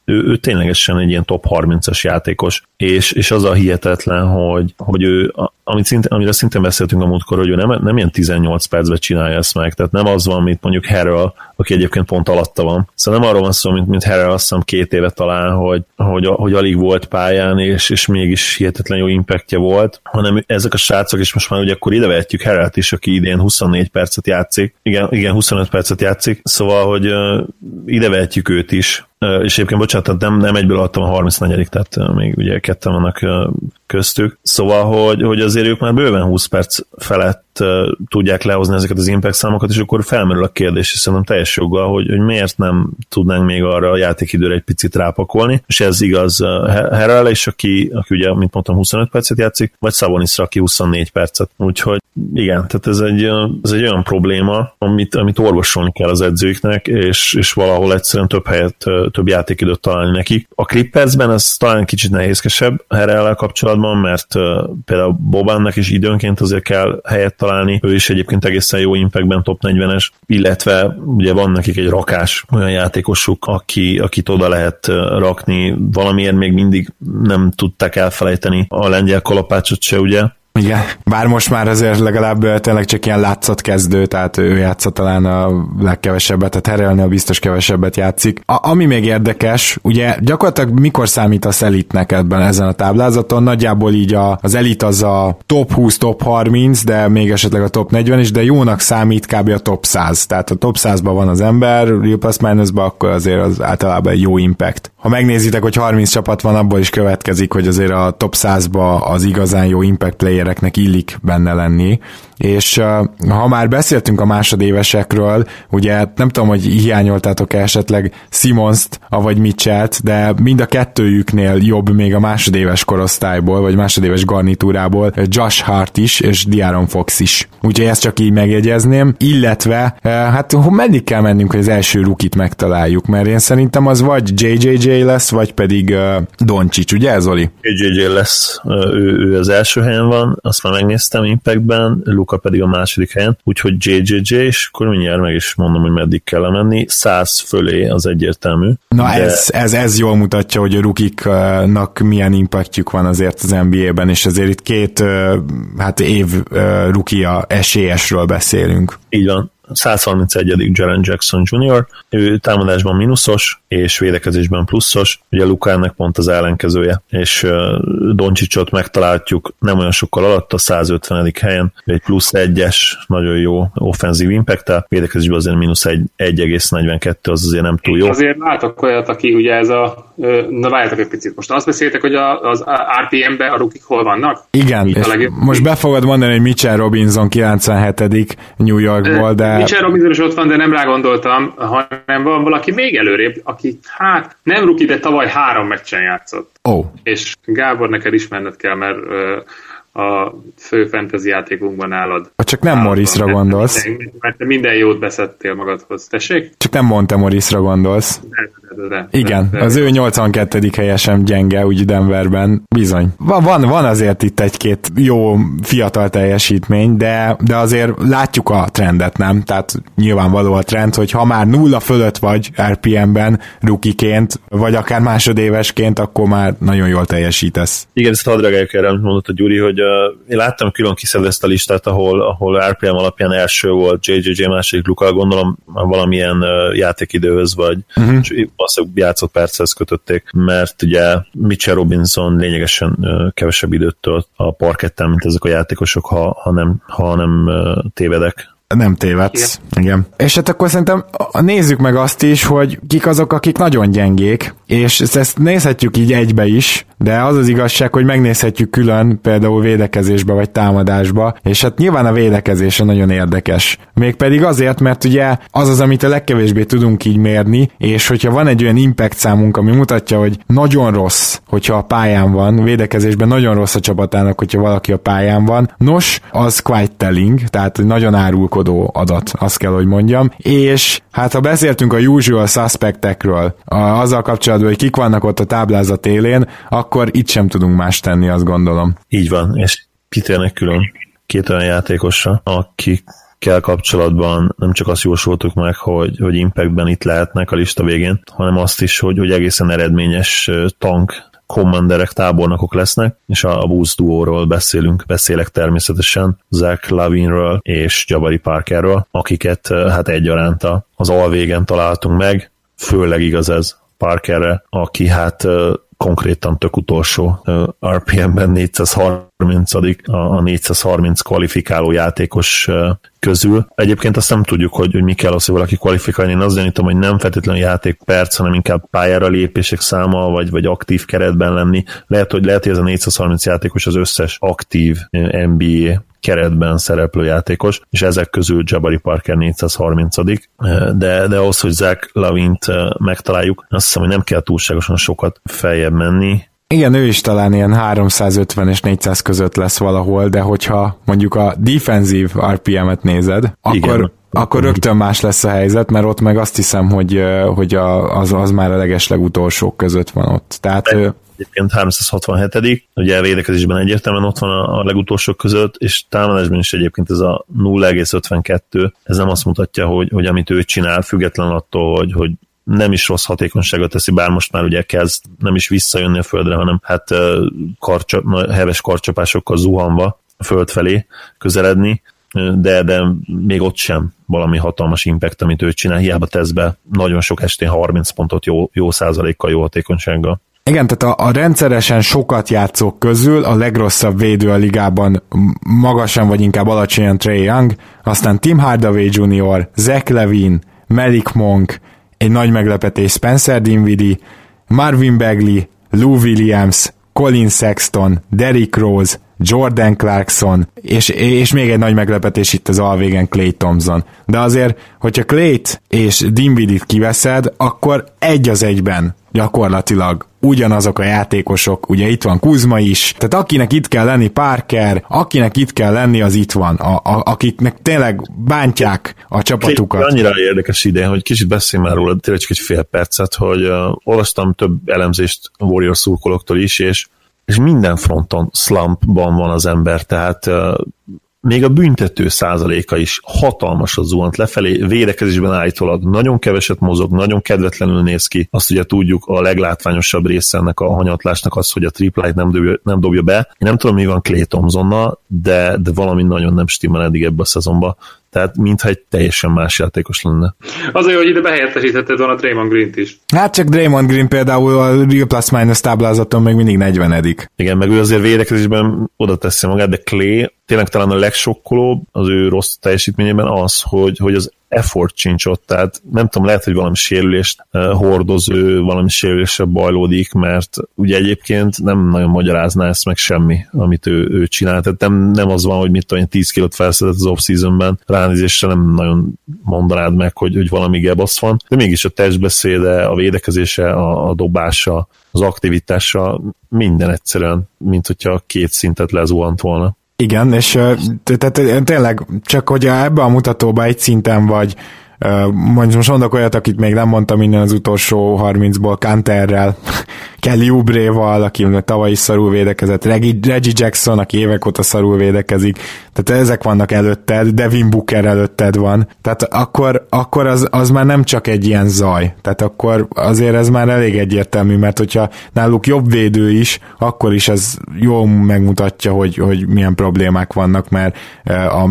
ő ténylegesen egy ilyen top 30-as játékos, és az a hihetetlen, hogy ő, amire szintén beszéltünk a múltkor, hogy ő nem ilyen 18 percben csinálja ezt meg, tehát nem az van, mint mondjuk Harrell, aki egyébként pont alatta van. Szóval nem arról van szó, mint Harrell, azt hiszem 2 éve talán, hogy alig volt pályán, és mégis hihetetlen jó impactja volt, hanem ezek a srácok, és most már ugye akkor idevehetjük Harrellt is, aki idén 24 percet játszik, igen 25 percet játszik, szóval, hogy idevehetjük őt is, és egyébként, bocsánat, nem egyből adtam a 34. tehát még ugye ketten vannak köztük. Szóval, hogy azért ők már bőven 20 perc felett tudják lehozni ezeket az impact számokat, és akkor felmerül a kérdés, és szerintem teljes joggal, hogy miért nem tudnánk még arra a játékidőre egy picit rápakolni, és ez igaz Harrell is, aki ugye, mint mondtam, 25 percet játszik, vagy Sabonisra, aki 24 percet. Úgyhogy igen, tehát ez egy olyan probléma, amit orvosolni kell az edzőknek, és valahol egyszerűen több játékidőt találni nekik. A Clippersben ez talán kicsit nehézkesebb Harrell-el kapcsolatban, mert például Bobannak is időnként azért kell helyet találni, ő is egyébként egészen jó impactben top 40-es, illetve ugye van nekik egy rakás olyan játékosuk, akit oda lehet rakni, valamiért még mindig nem tudták elfelejteni a lengyel kalapácsot se, ugye? Igen, bár most már azért legalább tényleg csak ilyen látszatkezdő, tehát ő játsza talán a legkevesebbet, tehát Harrellnél biztos kevesebbet játszik. Ami még érdekes, ugye gyakorlatilag mikor számítasz elitnek ezen a táblázaton? Nagyjából így az elit az a top 20, top 30, de még esetleg a top 40 is, de jónak számít kb. A top 100. Tehát a top 100-ban van az ember, Real Plus Minus-ban, akkor azért az általában egy jó impact. Ha megnézitek, hogy 30 csapat van, abból is következik, hogy azért a top 100-ba az igazán jó impact playereknek illik benne lenni. És ha már beszéltünk a másodévesekről, ugye nem tudom, hogy hiányoltátok esetleg Simonst, avagy Mitchellt, de mind a kettőjüknél jobb még a másodéves korosztályból, vagy másodéves garnitúrából Josh Hart is, és De'Aaron Fox is. Úgyhogy ezt csak így megjegyezném, illetve hát meddig kell mennünk, hogy az első rukit megtaláljuk, mert én szerintem az vagy JJJ lesz, vagy pedig Doncic, ugye Zoli? JJJ lesz, ő az első helyen van, azt már megnéztem Impactben, Luka pedig a második helyen, úgyhogy JJJ, és akkor mindjárt meg is mondom, hogy meddig kell menni, 100 fölé az egyértelmű. Na de... ez jól mutatja, hogy a rukiknak milyen impactjuk van azért az NBA-ben, és azért itt 2 év rukia esélyesről beszélünk. Így van. 131. Jaren Jackson Jr. Ő támadásban mínuszos, és védekezésben pluszos, ugye Lukának pont az ellenkezője, és Doncsicsot megtaláljuk nem olyan sokkal alatt, a 150. helyen, egy plusz 1-es, nagyon jó offenzív impact-tel, védekezésben azért mínusz 1,42, az azért nem túl jó. Azért látok olyat, aki ugye ez a na várjátok egy picit, most azt beszéltek, hogy az RPM-ben a rukik hol vannak? Igen, most be fogod mondani, hogy Mitchell Robinson 97. New Yorkból, de... Mitchell Robinson is ott van, de nem rá gondoltam, hanem van valaki még előrébb, aki nem ruki, de tavaly 3 meccsen játszott. Oh. És Gábor, neked ismerned kell, mert a fő fantasy játékunkban állad. Csak nem Morrisra gondolsz. Mert te minden jót beszedtél magadhoz. Tessék? Csak nem Monte Morrisra gondolsz. De. Igen, az ő 82. helye sem gyenge, úgy Denverben. Bizony. Van azért itt egy-két jó fiatal teljesítmény, de azért látjuk a trendet, nem? Tehát nyilvánvaló a trend, hogy ha már 0 fölött vagy RPM-ben rukiként, vagy akár másodévesként, akkor már nagyon jól teljesítesz. Igen, ezt hadd reagáljuk erre, amit mondott a Gyuri, hogy én láttam külön kiszedve ezt a listát, ahol RPM alapján első volt JJJ, második Luka, gondolom valamilyen játékidőhöz, vagy valószínűleg játszott perchez kötötték, mert ugye Mitchell Robinson lényegesen kevesebb időt tölt a parketten, mint ezek a játékosok, ha nem tévedek. Nem tévedsz, igen. És hát akkor szerintem nézzük meg azt is, hogy kik azok, akik nagyon gyengék, és ezt nézhetjük így egybe is, de az az igazság, hogy megnézhetjük külön például védekezésbe vagy támadásba, és hát nyilván a védekezése nagyon érdekes. Mégpedig azért, mert ugye az, amit a legkevésbé tudunk így mérni, és hogyha van egy olyan impact számunk, ami mutatja, hogy nagyon rossz, hogyha a pályán van, védekezésben nagyon rossz a csapatának, hogyha valaki a pályán van, nos, az quite telling, tehát nagyon árulkodó adat, azt kell, hogy mondjam. És hát ha beszéltünk a usual suspectekről, azzal kapcsolatban, hogy kik vannak ott a táblázat élén, akkor itt sem tudunk más tenni, azt gondolom. Így van, és kitérnek külön 2 olyan játékosra, akik kell kapcsolatban nem csak azt jósoltuk meg, hogy Impactben itt lehetnek a lista végén, hanem azt is, hogy egészen eredményes tank commanderek, tábornokok lesznek, és a Boost duóról beszélek természetesen, Zach Lavinről és Jabari Parkerről, akiket hát egyaránt az alvégen találtunk meg, főleg igaz ez Parkerre, aki hát konkrétan tök utolsó RPM-ben 430. a 430 kvalifikáló játékos közül. Egyébként azt nem tudjuk, hogy mi kell az, hogy valaki kvalifikálni. Én azt gyanítom, hogy nem feltétlenül játékperc, hanem inkább pályára lépések száma, vagy aktív keretben lenni. Lehet, hogy ez a 430 játékos az összes aktív NBA keretben szereplő játékos, és ezek közül Jabari Parker 430. De ahhoz, hogy Zach Lavint megtaláljuk, azt hiszem, hogy nem kell túlságosan sokat feljebb menni. Igen, ő is talán ilyen 350 és 400 között lesz valahol, de hogyha mondjuk a defensív RPM-et nézed, akkor rögtön más lesz a helyzet, mert ott meg azt hiszem, hogy az már a legeslegutolsók között van ott. Tehát egyébként 367. Ugye a védekezésben egyértelműen ott van a legutolsók között, és támadásban is egyébként ez a 0,52, ez nem azt mutatja, hogy amit ő csinál, független attól, hogy nem is rossz hatékonyságot teszi, bár most már ugye kezd nem is visszajönni a földre, hanem hát heves karcsapásokkal zuhanva a föld felé közeledni, de még ott sem valami hatalmas impact, amit ő csinál, hiába tesz be nagyon sok estén 30 pontot jó százalékkal, jó hatékonysággal. Igen, tehát a rendszeresen sokat játszók közül a legrosszabb védő a ligában magasan vagy inkább alacsonyan Trae Young, aztán Tim Hardaway Jr., Zach Lavin, Malik Monk, egy nagy meglepetés Spencer Dinwiddie, Marvin Bagley, Lou Williams, Colin Sexton, Derrick Rose, Jordan Clarkson, és még egy nagy meglepetés itt az alvégen Klay Thompson. De azért, hogyha Klayt és Dinwiddie-t kiveszed, akkor egy az egyben gyakorlatilag ugyanazok a játékosok, ugye itt van Kuzma is, tehát akinek itt kell lenni Parker, akinek itt kell lenni, az itt van, akiknek tényleg bántják a csapatukat. Annyira érdekes ide, hogy kicsit beszélj már róla, tényleg csak egy fél percet, hogy olvastam több elemzést a Warriors szurkolóktól is, és minden fronton slumpban van az ember, tehát még a büntető százaléka is hatalmasat zuhant lefelé, védekezésben állítólag nagyon keveset mozog, nagyon kedvetlenül néz ki. Azt ugye tudjuk, a leglátványosabb része ennek a hanyatlásnak az, hogy a tripláit nem dobja be. Én nem tudom, mi van Klay Thompsonnal, de valami nagyon nem stimmel eddig ebbe a szezonba. Tehát mintha egy teljesen más játékos lenne. Azért, hogy ide behelyettesítetted volna Draymond Greent is. Hát csak Draymond Green például a Real Plus Minus táblázaton még mindig 40. Igen, meg ő azért védekezésben oda teszi magát, de Klay tényleg talán a legsokkolóbb az ő rossz teljesítményében az, hogy az effort sincs ott, tehát nem tudom, lehet, hogy valami sérülést hordoz ő, valami sérülésre bajlódik, mert ugye egyébként nem nagyon magyarázná ezt meg semmi, amit ő csinál, tehát nem az van, hogy mit tudom, 10 kilót felszedett az off-seasonben, ránézésre nem nagyon mondanád meg, hogy valami gebasz van, de mégis a testbeszéde, a védekezése, a dobása, az aktivitása, minden egyszerűen, mint hogyha két szintet lezuhant volna. Igen, és tehát tényleg csak, hogy ebbe a mutatóba egy szinten vagy, most mondok olyat, akit még nem mondtam innen az utolsó 30-ból, Kanterrel, Kelly Oubréval, aki tavaly is szarul védekezett, Reggie Jackson, aki évek óta szarul védekezik, tehát ezek vannak előtted, Devin Booker előtted van, tehát akkor az már nem csak egy ilyen zaj, tehát akkor azért ez már elég egyértelmű, mert hogyha náluk jobb védő is, akkor is ez jól megmutatja, hogy milyen problémák vannak, mert a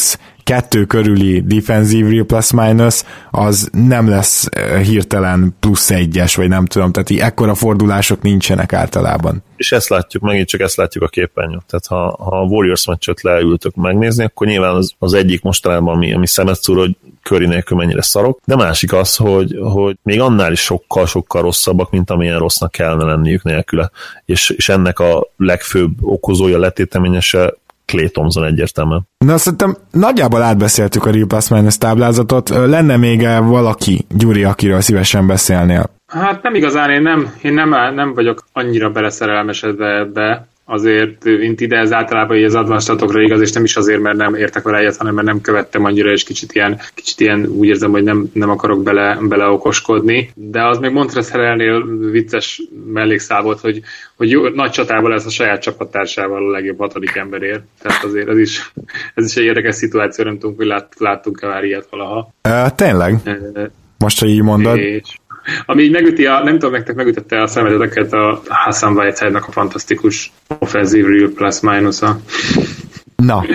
-2 körüli defensív real plus-minus, az nem lesz hirtelen +1-es, vagy nem tudom, tehát ekkora fordulások nincsenek általában. És ezt látjuk, megint csak ezt látjuk a képernyőn. Tehát ha a Warriors meccset leültök megnézni, akkor nyilván az egyik mostanában, ami szemet szúr, hogy Curry nélkül mennyire szarok, de másik az, hogy még annál is sokkal rosszabbak, mint amilyen rossznak kellene lenniük nélküle. És ennek a legfőbb okozója, letéteményese Klay Thompson egyértelműen. Na, szerintem nagyjából átbeszéltük a Real Plus Minus táblázatot. Lenne még valaki, Gyuri, akiről szívesen beszélnél? Hát nem igazán, én nem vagyok annyira beleszerelmesedve ebbe. azért mint ide ez általában az advanced statokra igaz, és nem is azért, mert nem értek vele egyet, hanem mert nem követtem annyira, és kicsit ilyen úgy érzem, hogy nem akarok bele okoskodni. De az még Montrezl-nél vicces mellékszál volt, hogy jó, nagy csatában lesz a saját csapattársával a legjobb 6. emberért. Tehát azért ez is egy érdekes szituáció, nem tudunk, hogy láttunk-e már ilyet valaha. Tényleg? Most, hogy így mondod. Ami így megüti, nem tudom, nektek megütötte a szemeteteket a Hassan Whiteside-nak a fantasztikus offensive real plus-minusa. Na.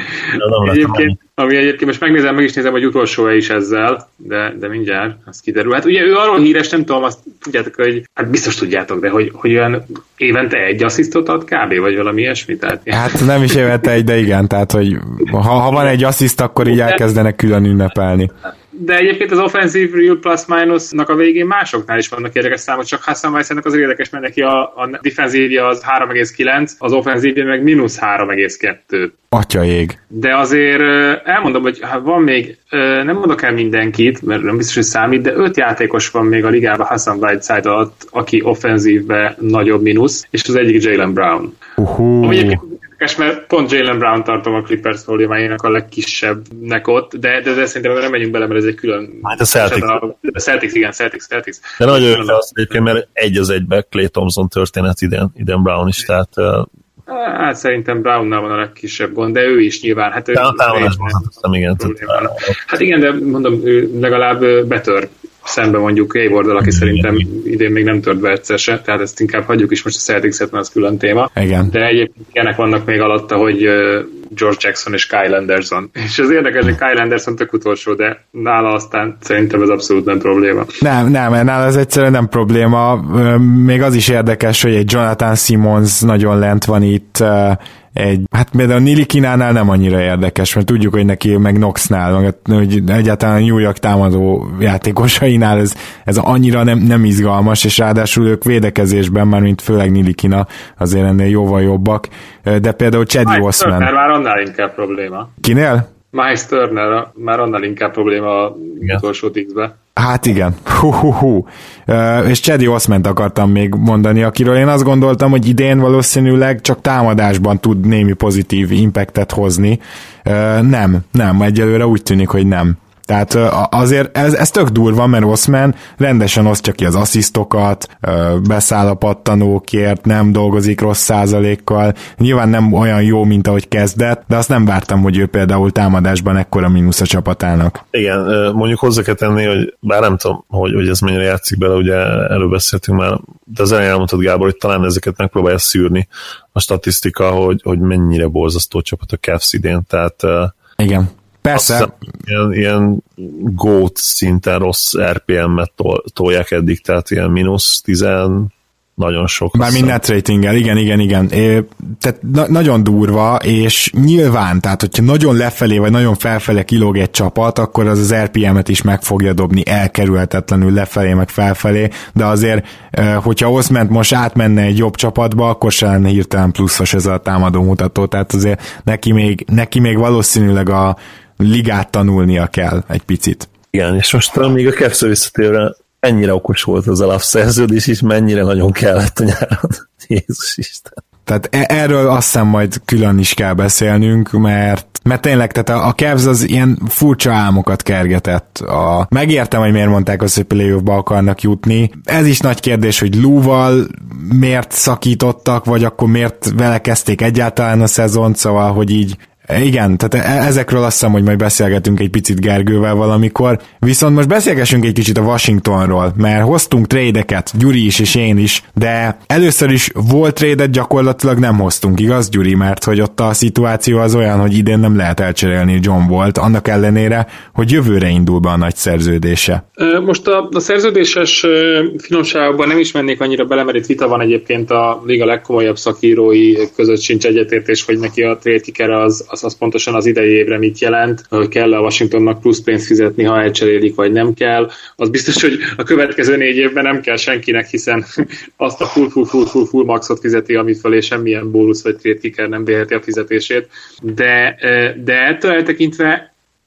Ami egyébként most megnézem, meg is nézem, hogy utolsó-e is ezzel, de mindjárt, az kiderül. Hát ugye ő arról híres, nem tudom, azt tudjátok, hogy hát biztos tudjátok, de hogy olyan évente egy asszisztot ad kb. Vagy valami ilyesmi. Tehát, hát nem is évente egy, de igen, tehát hogy ha van egy assziszt, akkor így elkezdenek külön ünnepelni. De egyébként az offensive real plus-minusnak a végén másoknál is vannak érdekes számok, csak Hassan Whiteside-nak az érdekes, mert neki a defenzívja az 3,9, az offenzívja meg -3,2. Atyaég. De azért elmondom, hogy van még, nem mondok el mindenkit, mert nem biztos, hogy számít, de 5 játékos van még a ligában Hassan Whiteside alatt, aki offenzívbe nagyobb mínusz, és az egyik Jaylen Brown. Ami egyébként mert pont Jaylen Brown tartom a Clippers volumájának a legkisebbnek ott, de szerintem nem megyünk bele, mert ez egy külön... Hát a Celtics. A Celtics, igen, Celtics. De nagyon jó az egyébként, mert 1-1 Klay Thompson történet idén Brown is, tehát... Hát szerintem Brownnál van a legkisebb gond, de ő is nyilván. Hát, igen. Hát igen, de mondom, ő legalább betör szembe mondjuk Hayward-dal, aki szerintem idén még nem tört be egyszer se, tehát ezt inkább hagyjuk is most a Celtics-et, mert az külön téma. Igen. De egyébként ilyenek vannak még alatta, hogy George Jackson és Kyle Anderson. És az érdekes, hogy Kyle Anderson tök utolsó, de nála aztán szerintem ez abszolút nem probléma. Nem, nála ez egyszerűen nem probléma. Még az is érdekes, hogy egy Jonathan Simmons nagyon lent van itt, hát például Nilikinánál nem annyira érdekes, mert tudjuk, hogy neki meg Knoxnál, hogy egyáltalán a New York támadó játékosainál ez annyira nem izgalmas, és ráadásul ők védekezésben, már mint főleg Nilikina azért ennél jóval jobbak, de például Cedi Osman. Már annál inkább probléma. Kinél? Miles Turner már annál inkább probléma az utolsó 10-be. Hát igen. És Cedi Osmant akartam még mondani, akiről én azt gondoltam, hogy idén valószínűleg csak támadásban tud némi pozitív impactet hozni. Nem, egyelőre úgy tűnik, hogy nem. Tehát azért ez tök durva, mert Osman rendesen osztja ki az asszisztokat, beszáll a pattanókért, nem dolgozik rossz százalékkal. Nyilván nem olyan jó, mint ahogy kezdett, de azt nem vártam, hogy ő például támadásban ekkora mínusz a csapatának. Igen, mondjuk hozzá kell tenni, hogy bár nem tudom, hogy ez mennyire játszik bele, ugye előbb beszéltünk már, de az elején elmondtad, Gábor, hogy talán ezeket megpróbálja szűrni a statisztika, hogy mennyire borzasztó csapat a Cavs idén, tehát igen. Persze. Ilyen GOAT szinten rossz RPM-et tolják eddig, tehát ilyen -10, nagyon sok. Bármi net ratinggel, igen. Tehát nagyon durva, és nyilván, tehát hogyha nagyon lefelé, vagy nagyon felfele kilóg egy csapat, akkor az RPM-et is meg fogja dobni elkerülhetetlenül lefelé, meg felfelé, de azért, hogyha Osment most átmenne egy jobb csapatba, akkor se lenne hirtelen pluszos ez a támadó mutató, tehát azért neki még valószínűleg a ligát tanulnia kell egy picit. Igen, és most még a Cavs visszatérve ennyire okos volt az alapszerződés is, mennyire nagyon kellett a nyáron. Jézus Isten. Tehát erről azt hiszem majd külön is kell beszélnünk, mert tényleg, tehát a Cavs az ilyen furcsa álmokat kergetett. Megértem, hogy miért mondták azt, hogy playoffba akarnak jutni. Ez is nagy kérdés, hogy Lou-val miért szakítottak, vagy akkor miért vele kezdték egyáltalán a szezont, szóval, hogy így igen, tehát ezekről azt hiszem, hogy majd beszélgetünk egy picit Gergővel valamikor, viszont most beszélgessünk egy kicsit a Washingtonról, mert hoztunk trade-eket, Gyuri is és én is, de először is volt trade-et gyakorlatilag nem hoztunk, igaz Gyuri? Mert hogy ott a szituáció az olyan, hogy idén nem lehet elcserélni John Wall-t, annak ellenére, hogy jövőre indul be a nagy szerződése. Most a szerződéses finomságokban nem is mennék annyira bele, mert itt vita van egyébként a liga legkomolyabb szakírói között sincs egyetértés, hogy neki a trade kickere az pontosan az idei évre mit jelent, hogy kell a Washingtonnak plusz pénzt fizetni, ha elcserélik, vagy nem kell. Az biztos, hogy a következő 4 évben nem kell senkinek, hiszen azt a full maxot fizeti, amit fölé semmilyen bónusz vagy trade kicker nem bérheti a fizetését. De ettől eltekintve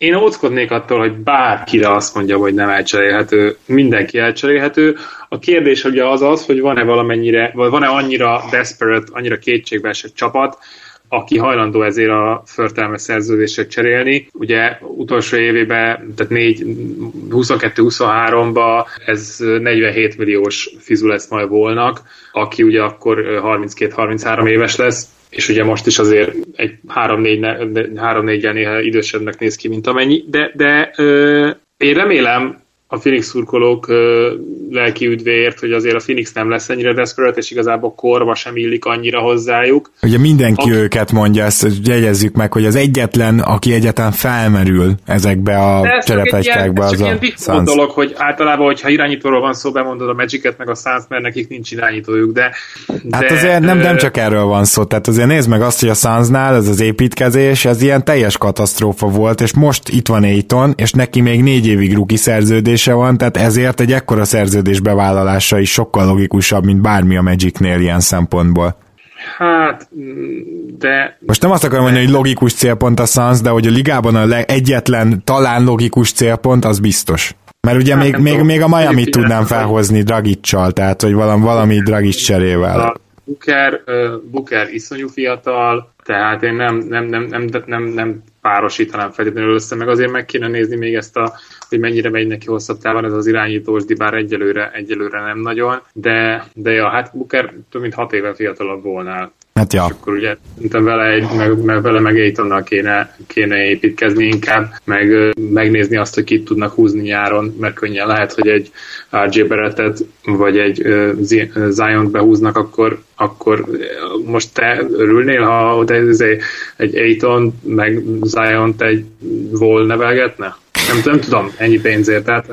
én óckodnék attól, hogy bárkire azt mondja, hogy nem elcserélhető, mindenki elcserélhető. A kérdés ugye az, hogy van-e valamennyire, vagy van-e annyira desperate, annyira kétségbeesett csapat, aki hajlandó ezért a förtelme szerződésre cserélni. Ugye utolsó évében, tehát 22-23-ban ez 47 milliós fizu lesz majd volnak, aki ugye akkor 32-33 éves lesz, és ugye most is azért egy 3-4-jel néha idősebbnek néz ki, mint amennyi, de én remélem a Phoenix szurkolók lelki üdvéért, hogy azért a Phoenix nem lesz ennyire desperate, és igazából korba sem illik annyira hozzájuk. Ugye mindenki őket mondja, ezt jegyezzük meg, hogy az egyetlen, aki egyáltalán felmerül ezekbe a csereplegykákba, az a Suns. Dolog, hogy általában, hogyha irányítóról van szó, bemondod a Magic-et, meg a Suns, mert nekik nincs irányítójuk, de hát azért nem csak erről van szó, tehát azért nézd meg azt, hogy a Sunsnál ez az építkezés, ez ilyen teljes katasztrófa volt, és most itt van Ayton, és neki még 4 évig rookie szerződés van, tehát ezért egy ekkora szerződés bevállalása is sokkal logikusabb, mint bármi a Magicnél ilyen szempontból. Hát, de... Most nem azt akarom mondani, hogy logikus célpont a Suns, de hogy a ligában egyetlen talán logikus célpont, az biztos. Mert ugye még a Miami-t tudnám felhozni Dragic-csal, tehát hogy valami Dragic cserével. A Booker iszonyú fiatal, tehát én nem párosítanám feltétlenül össze, meg azért meg kéne nézni még ezt hogy mennyire megy neki hosszabb távon ez az irányítós, bár egyelőre nem nagyon, de ja, hát Booker több mint 6 éve fiatalabb volna. Hát ja. És akkor ugye vele meg Aytonnal kéne építkezni inkább, meg megnézni azt, hogy kit tudnak húzni nyáron, mert könnyen lehet, hogy egy RJ Barrettet vagy egy Ziont behúznak, akkor most te örülnél, ha egy Ayton meg Ziont egy Wall nevelgetne? Nem tudom, ennyi pénzért. Tehát,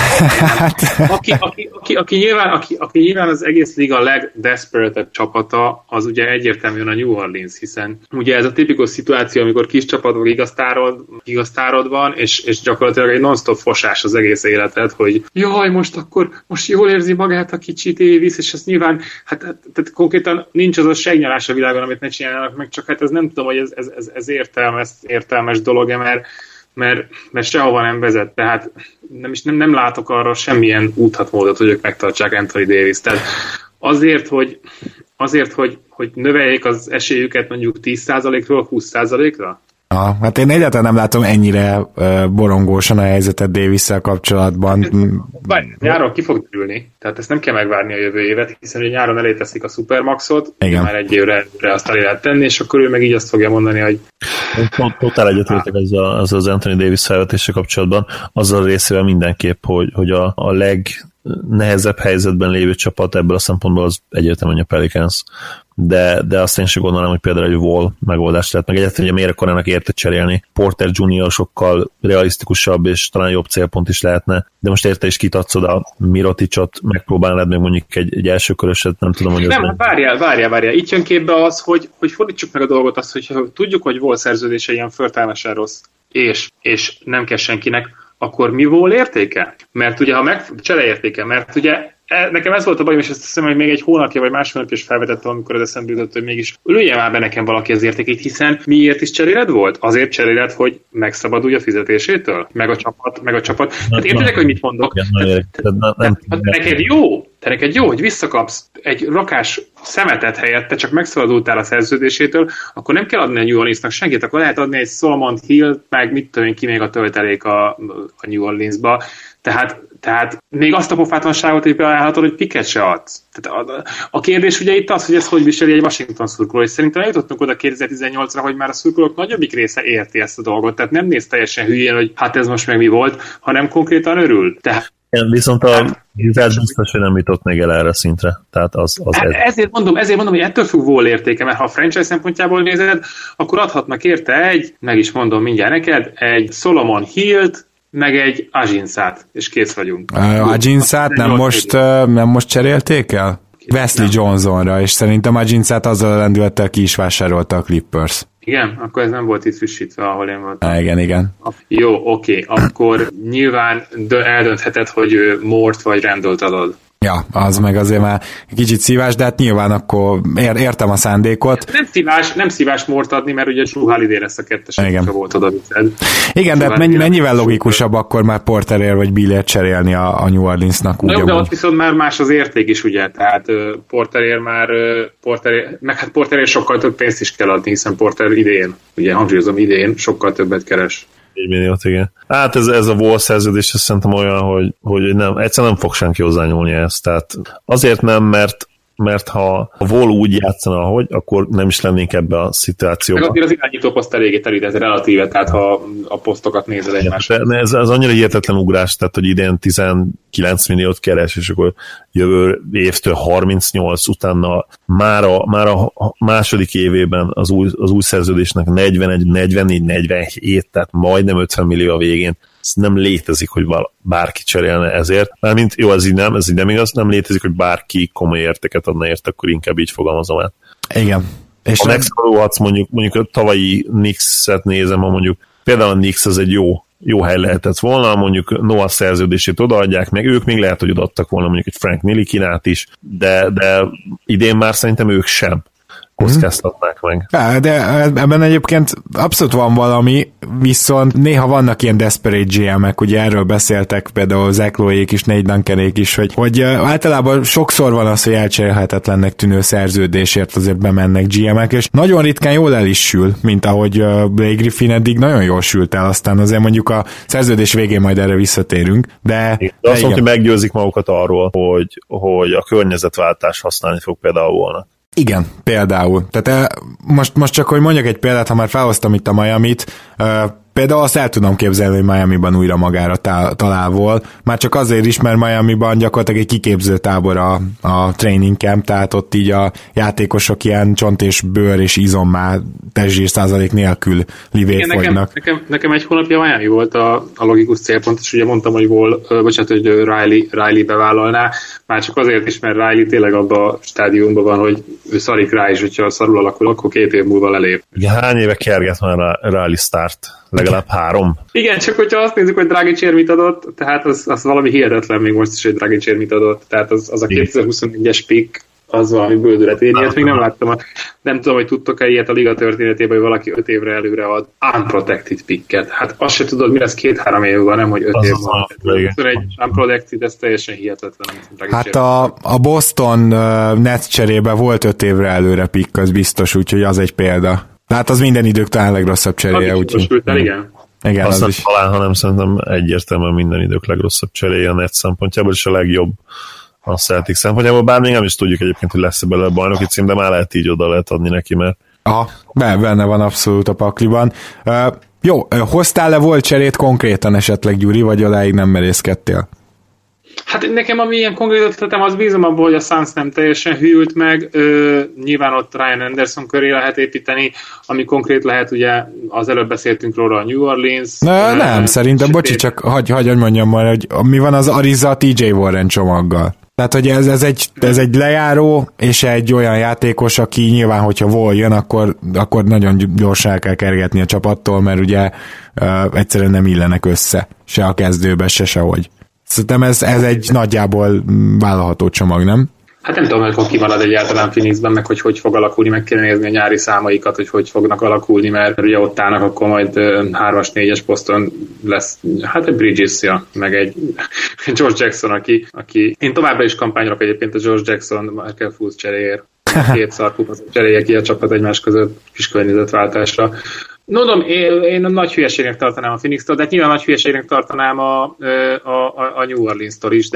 aki nyilván az egész liga legdesperate csapata, az ugye egyértelműen a New Orleans, hiszen ugye ez a tipikus szituáció, amikor kis csapatok igaztárod van, és gyakorlatilag egy non-stop fosás az egész életed, hogy jaj, most jól érzi magát a kicsi Davis, és ez nyilván, tehát konkrétan nincs az a segnyalás a világon, amit ne csinálnak meg, csak hát ez nem tudom, hogy ez értelmes dolog-e, mert sehova nem vezet, tehát nem látok arra semmilyen úthatmódot, hogy ők megtartsák Anthony Davis. Tehát azért, hogy növeljék az esélyüket mondjuk 10%-ról 20%-ra? Hát én egyáltalán nem látom ennyire borongósan a helyzetet Davis-szel kapcsolatban. Nyáron ki fog derülni, tehát ezt nem kell megvárni a jövő évet, hiszen ugye nyáron elé teszik a Supermaxot, már egy évre azt elé lehet tenni, és akkor ő meg így azt fogja mondani, hogy... Totál egyetértek az Anthony Davis felvetése kapcsolatban, azzal a részével mindenképp, hogy a legnehezebb helyzetben lévő csapat ebből a szempontból az egyértelműen a Pelicans. De azt én sem gondolom, hogy például egy Wall megoldás lehet, meg egyáltalán, hogy a mérekorának érte cserélni. Porter Junior sokkal realisztikusabb, és talán jobb célpont is lehetne, de most érte is kitadsz oda Miroticsot, megpróbálnád meg mondjuk egy első köröset, nem tudom, hogy... Nem, várjál. Itt jön képbe az, hogy fordítsuk meg a dolgot azt, hogy tudjuk, hogy Wall szerződése ilyen förtelmesen rossz, és nem kell senkinek, akkor mi Wall értéke? Mert ugye, ha csereértéke, mert ugye nekem ez volt a bajom, és ezt hiszem, hogy még egy hónapja vagy másfél napja is felvetettem, amikor az eszembe jutott, hogy mégis lője már be nekem valaki az értékét, hiszen miért is cseréled volt? Azért cseréled, hogy megszabadulj a fizetésétől? Meg a csapat. Tehát értitek, hogy mit mondok? Te neked jó, hogy visszakapsz egy rakás szemetet helyette, csak megszabadultál a szerződésétől, akkor nem kell adni a New Orleansnak senkit, akkor lehet adni egy Solomon Hill, meg mit tudom én ki még a töltelék a New Orleansba. Tehát még azt a pofátlanságot is beállhatod, hogy piket se adsz. Tehát a kérdés ugye itt az, hogy ez hogy viseli egy Washington szurkoló, és szerintem eljutottunk oda 2018-ra, hogy már a szurkolók nagyobbik része érti ezt a dolgot, tehát nem néz teljesen hülyén, hogy hát ez most meg mi volt, hanem konkrétan örül. Viszont a Wizards biztos, hogy nem jutott még el erre szintre. Tehát ezért mondom, hogy ettől függ Wall értéke, mert ha a franchise szempontjából nézed, akkor adhatnak érte meg is mondom mindjárt neked, egy Solomon Hillt, meg egy Ajinsát, és kész vagyunk. Ajinsát nem most cserélték el? Wesley Johnsonra, és szerintem Ajinsát azzal a lendülettel ki is vásárolta a Clippers. Igen? Akkor ez nem volt itt frissítve, ahol én voltam. Igen. Jó, oké. Akkor nyilván eldöntheted, hogy Mort vagy Randallt adod. Ja, az meg azért már kicsit szívás, de hát nyilván akkor értem a szándékot. Nem szívás Mort adni, mert ugye Drew Holiday lesz a kettes, ha volt oda vicced. Igen, de hát mennyivel logikusabb akkor már Porterért vagy Billért cserélni a New Orleansnak úgy. De ott viszont már más az érték is, ugye, tehát Porterért sokkal több pénzt is kell adni, hiszen Porter idén, ugye hangsúlyozom idén, sokkal többet keres. 4 milliót, igen. Hát ez a Wall szerződés, ez szerintem olyan, hogy nem, egyszerűen nem fog senki hozzányúlni ezt. Tehát azért nem, mert ha a Wall úgy játszana, ahogy, akkor nem is lennénk ebbe a szituációban. Meg azért az irányító poszt eléggé terít, ez relatíve, tehát ha a posztokat nézed egymásra. Ez annyira hihetetlen ugrás, tehát hogy idén 19 milliót keres, és akkor jövő évtől 38, utána már a második évében az új szerződésnek 41, 44, 47, tehát majdnem 50 millió a végén. Ez nem létezik, hogy bárki cserélne ezért. Mármint jó, ez így nem igaz, nem létezik, hogy bárki komoly értéket adna ért, akkor inkább így fogalmazom át. Igen. És ha megszorulhatsz, mondjuk a tavalyi Knicks-et nézem, ha mondjuk például a Knicks az egy jó hely lehetett volna, mondjuk Noah szerződését odaadják, meg ők még lehet, hogy odaadtak volna mondjuk egy Frank Ntilikínát is, de idén már szerintem ők sem kockáztatnák meg. Ja, de ebben egyébként abszolút van valami, viszont néha vannak ilyen desperate GM-ek, ugye erről beszéltek például Zach Lowe-ék is, Nate Duncan-ék is, hogy általában sokszor van az, hogy elcserélhetetlennek tűnő szerződésért azért bemennek GM-ek, és nagyon ritkán jól el is sül, mint ahogy Blake Griffin eddig nagyon jól sült el, aztán azért mondjuk a szerződés végén majd erre visszatérünk, de azt mondom, hogy meggyőzik magukat arról, hogy a környezetváltás használni fog például volna. Igen, például. Tehát most csak, hogy mondjak egy példát, ha már felhoztam itt a Miamit, például azt el tudom képzelni, hogy Miamiban újra magára talál vol. Már csak azért is, mert Miamiban gyakorlatilag egy kiképző tábor a training camp, tehát ott így a játékosok ilyen csont és bőr és izom testzsír százalék nélkül livé fogynak. Nekem egy hónapja Miami volt a logikus célpont, és ugye mondtam, hogy hogy Riley bevállalná, már csak azért is, mert Riley tényleg abban a stádiumban van, hogy ő szarik rá, és hogyha szarul alakul, akkor 2 év múlva lelép. Igen, hány éve kerget már Riley start? Legalább 3. Igen, csak hogyha azt nézzük, hogy Dragic mit adott, tehát az valami hihetetlen még most is, hogy Dragic mit adott, tehát az a 2021-es pick, az valami bődület. Én ilyet még nem láttam. Nem tudom, hogy tudtok-e ilyet a liga történetében, hogy valaki 5 évre előre ad unprotected picket. Hát azt se tudod, mi lesz 2-3 év van, nem, hogy 5 év van. Egy unprotected, ez teljesen hihetetlen. Hát a Boston Nets cserébe volt 5 évre előre pick, az biztos, úgyhogy az egy példa. Tehát az minden idők talán legrosszabb cseréje. Igen, az is. Talán, hanem szerintem egyértelműen minden idők legrosszabb cseréje a Nets szempontjából, és a legjobb a Celtics szempontjából, bár még nem is tudjuk egyébként, hogy lesz-e belőle bajnoki cím, de már lehet így oda lehet adni neki, mert... Aha, benne van abszolút a pakliban. Jó, hoztál-e volt cserét konkrétan esetleg, Gyuri, vagy odáig nem merészkedtél? Hát nekem, ami ilyen konkrét ötletem, az bízom abban, hogy a Suns nem teljesen hűlt meg, nyilván ott Ryan Anderson köré lehet építeni, ami konkrét lehet, ugye az előbb beszéltünk róla a New Orleans. Nem, szerintem, bocsi, csak hagyj mondjam majd, hogy mi van az Ariza TJ Warren csomaggal. Tehát, hogy ez egy lejáró, és egy olyan játékos, aki nyilván, hogyha Wall jön, akkor nagyon gyorsan el kell kergetni a csapattól, mert ugye egyszerűen nem illenek össze, se a kezdőbe, se sehogy. Szerintem ez egy nagyjából vállalható csomag, nem? Hát nem tudom, hogy kimarad egyáltalán Phoenixben, meg hogy fog alakulni, meg kéne nézni a nyári számaikat, hogy fognak alakulni, mert ugye ott állnak, akkor majd 3-as, 4-es poszton lesz, hát egy Bridges, meg egy George Jackson, aki én továbbra is kampányolok egyébként a George Jackson Markel Fultz cseréért. 2 szarkupat cserélje ki a csapat egymás között kis környezetváltásra. Mondom, én a nagy hülyeségnek tartanám a Phoenix-től, de nyilván nagy hülyeségnek tartanám a New Orleans-tól is,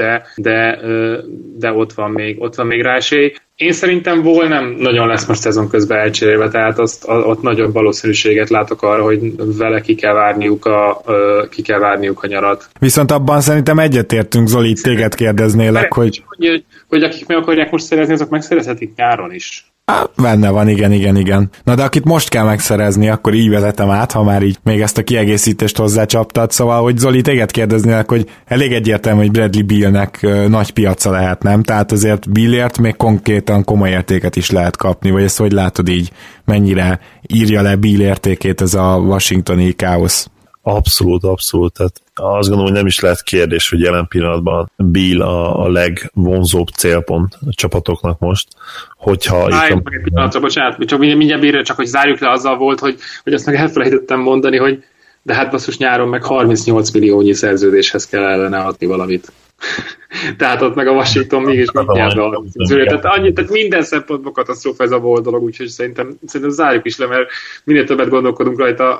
de ott van még rá esély. Én szerintem Wall nem nagyon lesz most szezon közben elcserélve, tehát ott nagyobb valószínűséget látok arra, hogy vele ki kell várniuk a nyarat. Viszont abban szerintem egyetértünk, Zoli, téged kérdeznélek, hogy akik meg akarják most szerezni, azok megszerezhetik nyáron is. Benne van, igen. Na de akit most kell megszerezni, akkor így vezetem át, ha már így még ezt a kiegészítést hozzácsaptad, szóval, hogy Zoli, téged kérdeznélek, hogy elég egyértelmű, hogy Bradley Bealnek nagy piaca lehet, nem? Tehát azért Bealért még konkrétan komoly értéket is lehet kapni, vagy ezt hogy látod így, mennyire írja le Beal értékét ez a washingtoni káosz? Abszolút. Tehát azt gondolom, hogy nem is lehet kérdés, hogy jelen pillanatban Beal a legvonzóbb célpont a csapatoknak most, hogyha... Egy pillanatra, bocsánat, csak mindjárt csak hogy zárjuk le, azzal volt, hogy azt meg elfelejtettem mondani, hogy de hát basszus nyáron meg 38 milliónyi szerződéshez kell ellene adni valamit. Tehát ott meg a Washington mégis mindjárt tehát minden szempontból katasztrófa ez a volt dolog, úgyhogy szerintem zárjuk is le, mert minél többet gondolkodunk rajta,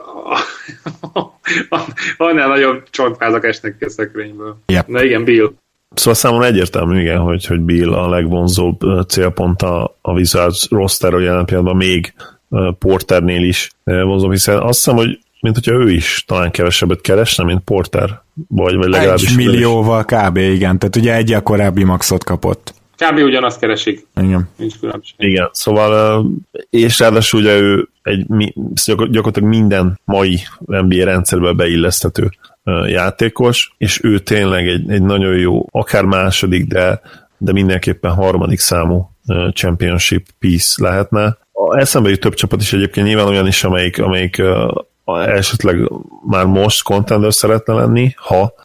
annál nagyobb csontvázak esnek ki a szekrényből. Yep. Na igen, Beal. Szóval számomra egyértelmű, igen, hogy Beal a legvonzóbb célpont a Wizards rosterről jelen pillanatban, még Porternél is vonzóbb, hiszen azt hiszem, hogy mint hogyha ő is talán kevesebbet keresne, mint Porter, vagy legalábbis... 1 millióval kb. Igen, tehát ugye egyel korábbi maxot kapott. Kb. Ugyanazt keresik. Igen. Nincs különbség. Igen, szóval, és ráadásul ugye ő gyakorlatilag minden mai NBA rendszerbe beilleszthető játékos, és ő tényleg egy nagyon jó, akár második, de mindenképpen harmadik számú championship piece lehetne. Eszembe jut több csapat is egyébként, nyilván olyan is, amelyik esetleg már most contender szeretne lenni,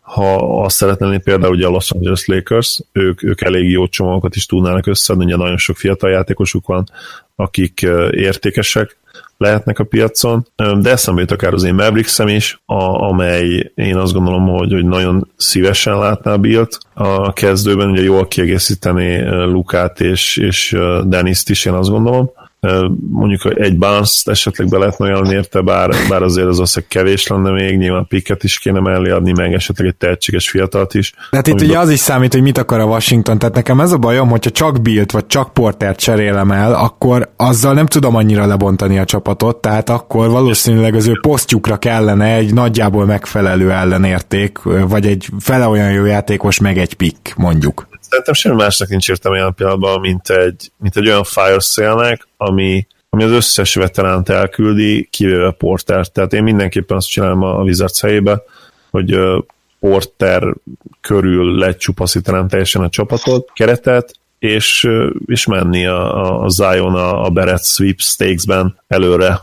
ha azt szeretne lenni például ugye a Los Angeles Lakers, ők elég jó csomagokat is tudnának összeadni, ugye nagyon sok fiatal játékosuk van, akik értékesek lehetnek a piacon, de eszembe jut akár az én Mavericks-em is, amely én azt gondolom, hogy nagyon szívesen látná Bealt a kezdőben, ugye jól kiegészíteni Lukát és Dennis-t is, én azt gondolom. Mondjuk egy Barnes-t esetleg be lehetne ajánlani érte, bár azért az összeg kevés lenne még, nyilván Picket is kéne mellé adni, meg esetleg egy tehetséges fiatalt is. Tehát itt ugye az is számít, hogy mit akar a Washington, tehát nekem ez a bajom, hogyha csak Bealt vagy csak Portert cserélem el, akkor azzal nem tudom annyira lebontani a csapatot, tehát akkor valószínűleg az ő posztjukra kellene egy nagyjából megfelelő ellenérték, vagy egy fele olyan jó játékos, meg egy pick, mondjuk. Szerintem semmi másnak nincs értelme olyan pillanatban, mint egy olyan fire sale-nek, ami az összes veteránt elküldi, kivéve Portert. Tehát én mindenképpen azt csinálom a Wizards helyébe, hogy Porter körül lecsupaszítanám teljesen a csapatot, keretet, és menni a Zion a Barrett sweepstakes-ben előre.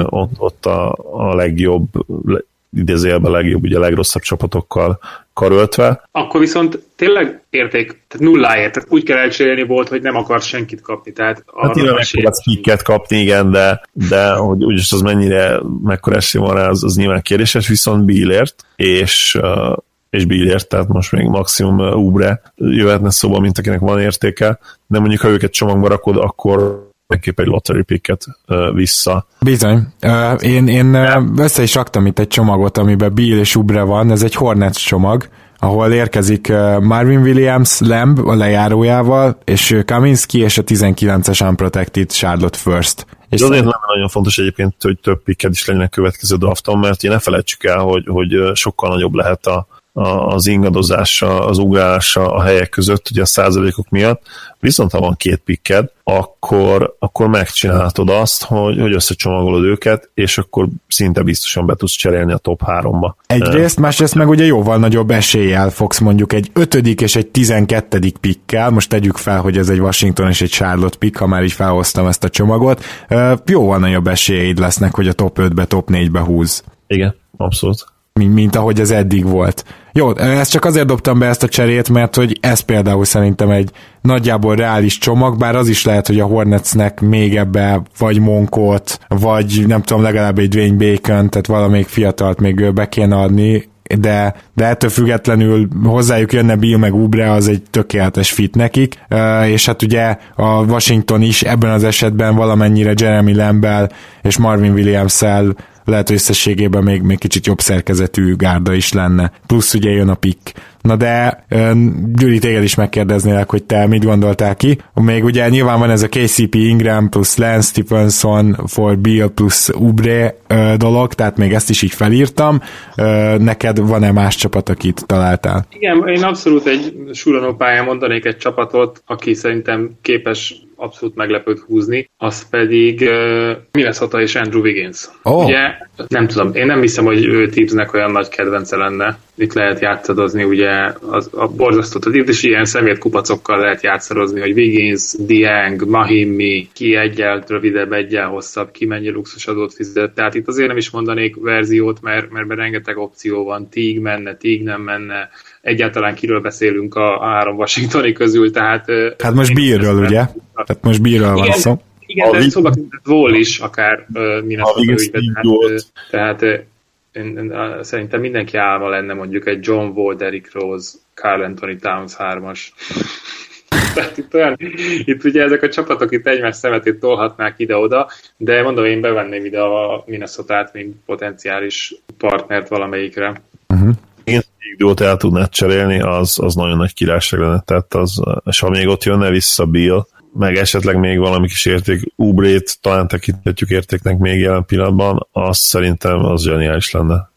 Ott a legjobb, idézőjelben legjobb, ugye a legrosszabb csapatokkal karöltve. Akkor viszont tényleg érték, tehát nulláért, tehát úgy kell elcserélni volt, hogy nem akar senkit kapni. Tehát hát nyilván megpróbálsz pikket kapni, igen, de hogy úgyis az mekkora esély van rá, az nyilván kérdéses, viszont Bealért, és Bealért, tehát most még maximum Oubre jöhetne szóba, mint akinek van értéke, de mondjuk ha őket csomagba rakod, akkor megképp egy lottery picket vissza. Bizony. Én össze is raktam itt egy csomagot, amiben Beal és Oubre van, ez egy Hornets csomag, ahol érkezik Marvin Williams Lamb a lejárójával, és Kaminsky és a 19-es Unprotected Charlotte First. És azért nem nagyon fontos egyébként, hogy több picked is legyen a következő drafton, mert ne felejtsük el, hogy sokkal nagyobb lehet az ingadozása, az ugrása a helyek között, ugye a százalékok miatt, viszont ha van 2 picked, akkor megcsinálhatod azt, hogy összecsomagolod őket, és akkor szinte biztosan be tudsz cserélni a top 3-ba. Egyrészt, másrészt meg ugye jóval nagyobb eséllyel fogsz mondjuk egy 5. és egy 12. pickkel, most tegyük fel, hogy ez egy Washington és egy Charlotte pick, ha már így felhoztam ezt a csomagot, jóval nagyobb esélyeid lesznek, hogy a top 5-be, top 4-be húz. Igen, abszolút. Mint ahogy ez eddig volt. Jó, ezt csak azért dobtam be ezt a cserét, mert hogy ez például szerintem egy nagyjából reális csomag, bár az is lehet, hogy a Hornetsnek még ebbe vagy Monkot, vagy nem tudom, legalább egy Dwayne Bacon, tehát valamelyik fiatalt még be kéne adni, de ettől függetlenül hozzájuk jönne Beal meg Oubre, az egy tökéletes fit nekik, és hát ugye a Washington is ebben az esetben valamennyire Jeremy Lamb-el és Marvin Williams-el lehet, hogy összességében még kicsit jobb szerkezetű gárda is lenne. Plusz ugye jön a pick. Na de Gyuri, téged is megkérdeznélek, hogy te mit gondoltál ki. Még ugye nyilván van ez a KCP Ingram plusz Lance Stephenson for Beal plusz Oubre dolog, tehát még ezt is így felírtam. Neked van-e más csapat, akit találtál? Igen, én abszolút egy surranó pályán mondanék egy csapatot, aki szerintem képes abszolút meglepőt húzni, az pedig Minnesota és Andrew Wiggins. Oh. Ugye, nem tudom, én nem hiszem, hogy ő Tibbsnek olyan nagy kedvence lenne, itt lehet játszadozni, ugye a borzasztót, itt is ilyen szemétkupacokkal lehet játszadozni, hogy Wiggins, Dieng, Mahimi, ki egyel rövidebb, egyel hosszabb, ki mennyi luxusadót fizet. Tehát itt azért nem is mondanék verziót, mert rengeteg opció van, Teague menne, Teague nem menne, egyáltalán kiről beszélünk a 3 washingtoni közül, tehát... Hát most Bealről, ugye? Tehát most Bealről van szó. Igen, de szóba került Wall is, akár Minnesota ügyben, tehát én szerintem mindenki álma lenne mondjuk egy John Wall, Derrick Rose, Karl Anthony Towns 3-as. Tehát itt ugye ezek a csapatok itt egymás szemetét tolhatnák ide-oda, de mondom, én bevenném ide a Minnesotát, mint potenciális partnert valamelyikre. Én duót el tudnád cserélni, az nagyon nagy királyság lenne, tehát és ha még ott jönne vissza Beal, meg esetleg még valami kis érték, Oubrét talán tekinthetjük értéknek még jelen pillanatban, azt szerintem az zseniális lenne.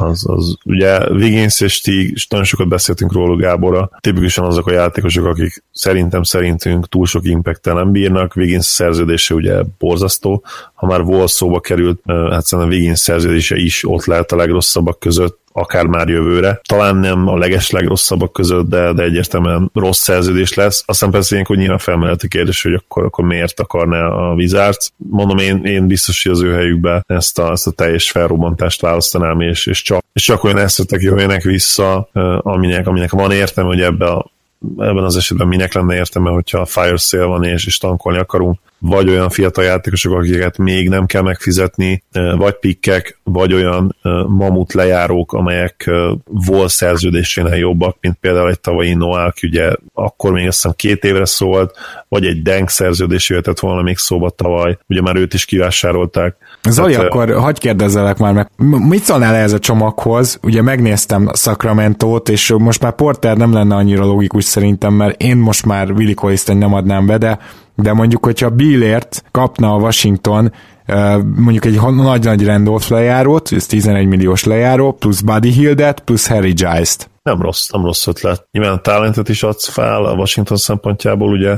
Az ugye Wiggins és Teague, nagyon sokat beszéltünk róla Gáborra, tipikusan azok a játékosok, akik szerintünk túl sok impacttel nem bírnak, Wiggins szerződése ugye borzasztó, ha már Wall szóba került, hát szerintem Wiggins szerződése is ott lehet a legrosszabbak között, akár már jövőre. Talán nem a legrosszabbak között, de egyértelműen rossz szerződés lesz. Aztán persze ilyenkor nyilván felmerült a kérdés, hogy akkor miért akarná a Wizards. Mondom, én biztos, hogy az ő helyükben ezt a teljes felrobbantást választanám, és csak olyan eszetek jöjjenek vissza, aminek van értelme, hogy ebben az esetben minek lenne értelme, hogyha fire sale van és tankolni akarunk, vagy olyan fiatal játékosok, akiket még nem kell megfizetni, vagy pikkek, vagy olyan mamut lejárók, amelyek volt szerződésénél jobbak, mint például egy tavalyi Noah, aki ugye akkor még azt hiszem 2 évre szólt, vagy egy Deng szerződés jöhetett volna még szóba tavaly, ugye már őt is kivásárolták. Zoli, akkor hagyj kérdezzelek már meg, mit szólnál ez a csomaghoz? Ugye megnéztem Sacramento-t, és most már Porter nem lenne annyira logikus szerintem, mert én most már Willie Collins-t nem adnám be, de mondjuk, hogyha Bealért kapna a Washington mondjuk egy nagy Randolph lejárót, ez 11 milliós lejáró, plusz Buddy Hildet, plusz Harry Giles-t. Nem rossz ötlet. Nyilván a talentet is adsz fel, a Washington szempontjából ugye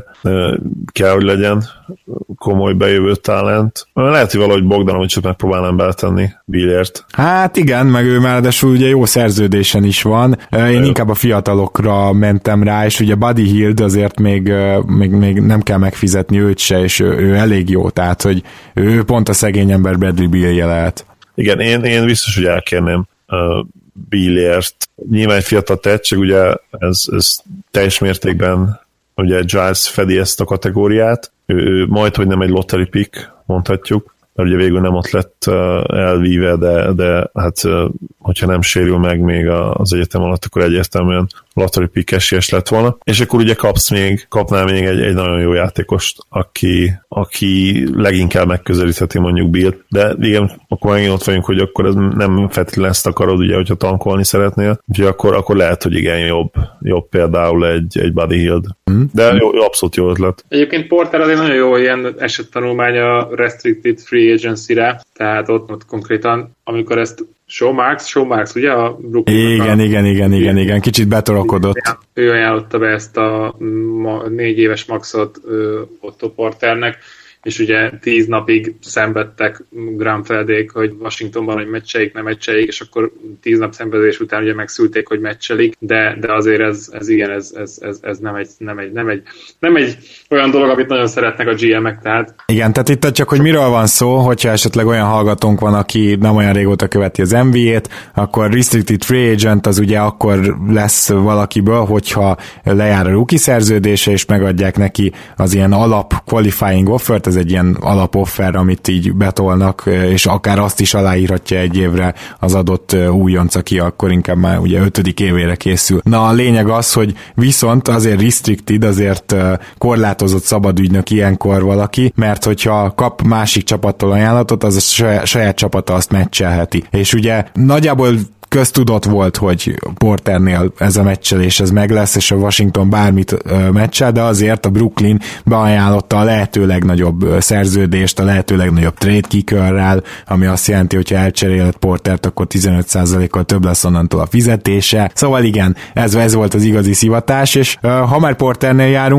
kell, hogy legyen komoly bejövő talent. Lehet, hogy valahogy Bogdanovicsot megpróbálnám beletenni Bealért. Hát igen, meg ő ráadásul ugye jó szerződésen is van. Én inkább a fiatalokra mentem rá, és ugye Buddy Hield azért még nem kell megfizetni őt se, és ő elég jó, tehát hogy ő pont a szegény ember Bradley Bealje lehet. Igen, én biztos, hogy elkérném Bealért. Nyilván egy fiatal tehetség, ugye ez teljes mértékben ugye Giles fedi ezt a kategóriát. Ő majd, hogy nem egy lottery pick, mondhatjuk, mert ugye végül nem ott lett elvíve, de hát hogyha nem sérül meg még az egyetem alatt, akkor egyértelműen lottery pick esélyes lett volna. És akkor ugye kapnál még egy nagyon jó játékost, aki leginkább megközelítheti mondjuk Bealt, de igen, akkor megint ott vagyunk, hogy akkor ez nem feltétlenül ezt akarod, ugye, hogyha tankolni szeretnél, úgyhogy akkor lehet, hogy igen, jobb például egy Buddy Hield. De jó, abszolút jó ötlet. Egyébként Porter azért nagyon jó ilyen esettanulmány a Restricted Free Agency-re, tehát ott konkrétan, amikor ezt Sean Marks, ugye a Brooklyn. Igen, kicsit betorokodott. Ő ajánlotta be ezt a 4 éves maxot Otto Porternek, és ugye 10 napig szenvedtek Granfeldék, hogy Washingtonban, hogy meccseik, nem meccseik, és akkor 10 nap szenvedés után ugye megszülték, hogy meccselik, de azért ez nem egy olyan dolog, amit nagyon szeretnek a GM-ek, tehát. Igen, tehát itt csak, hogy miről van szó, hogyha esetleg olyan hallgatónk van, aki nem olyan régóta követi az NBA-t, akkor Restricted Free Agent az ugye akkor lesz valakiből, hogyha lejár a rookie szerződése, és megadják neki az ilyen alap qualifying offert, ez egy ilyen alapoffer, amit így betolnak, és akár azt is aláírhatja egy évre az adott újonc, aki akkor inkább már ugye 5. évére készül. Na a lényeg az, hogy viszont azért restricted, azért korlátozott szabadügynök ilyenkor valaki, mert hogyha kap másik csapattól ajánlatot, az a saját csapata azt meccselheti. És ugye nagyjából köztudott volt, hogy Porternél ez a meccselés ez meg lesz, és a Washington bármit meccsel, de azért a Brooklyn beajánlotta a lehető legnagyobb szerződést, a lehető legnagyobb trade kickerrel, ami azt jelenti, hogy ha elcseréled Portert, akkor 15%-kal több lesz onnantól a fizetése. Szóval igen, ez volt az igazi szivatás, és ha már Porternél járunk,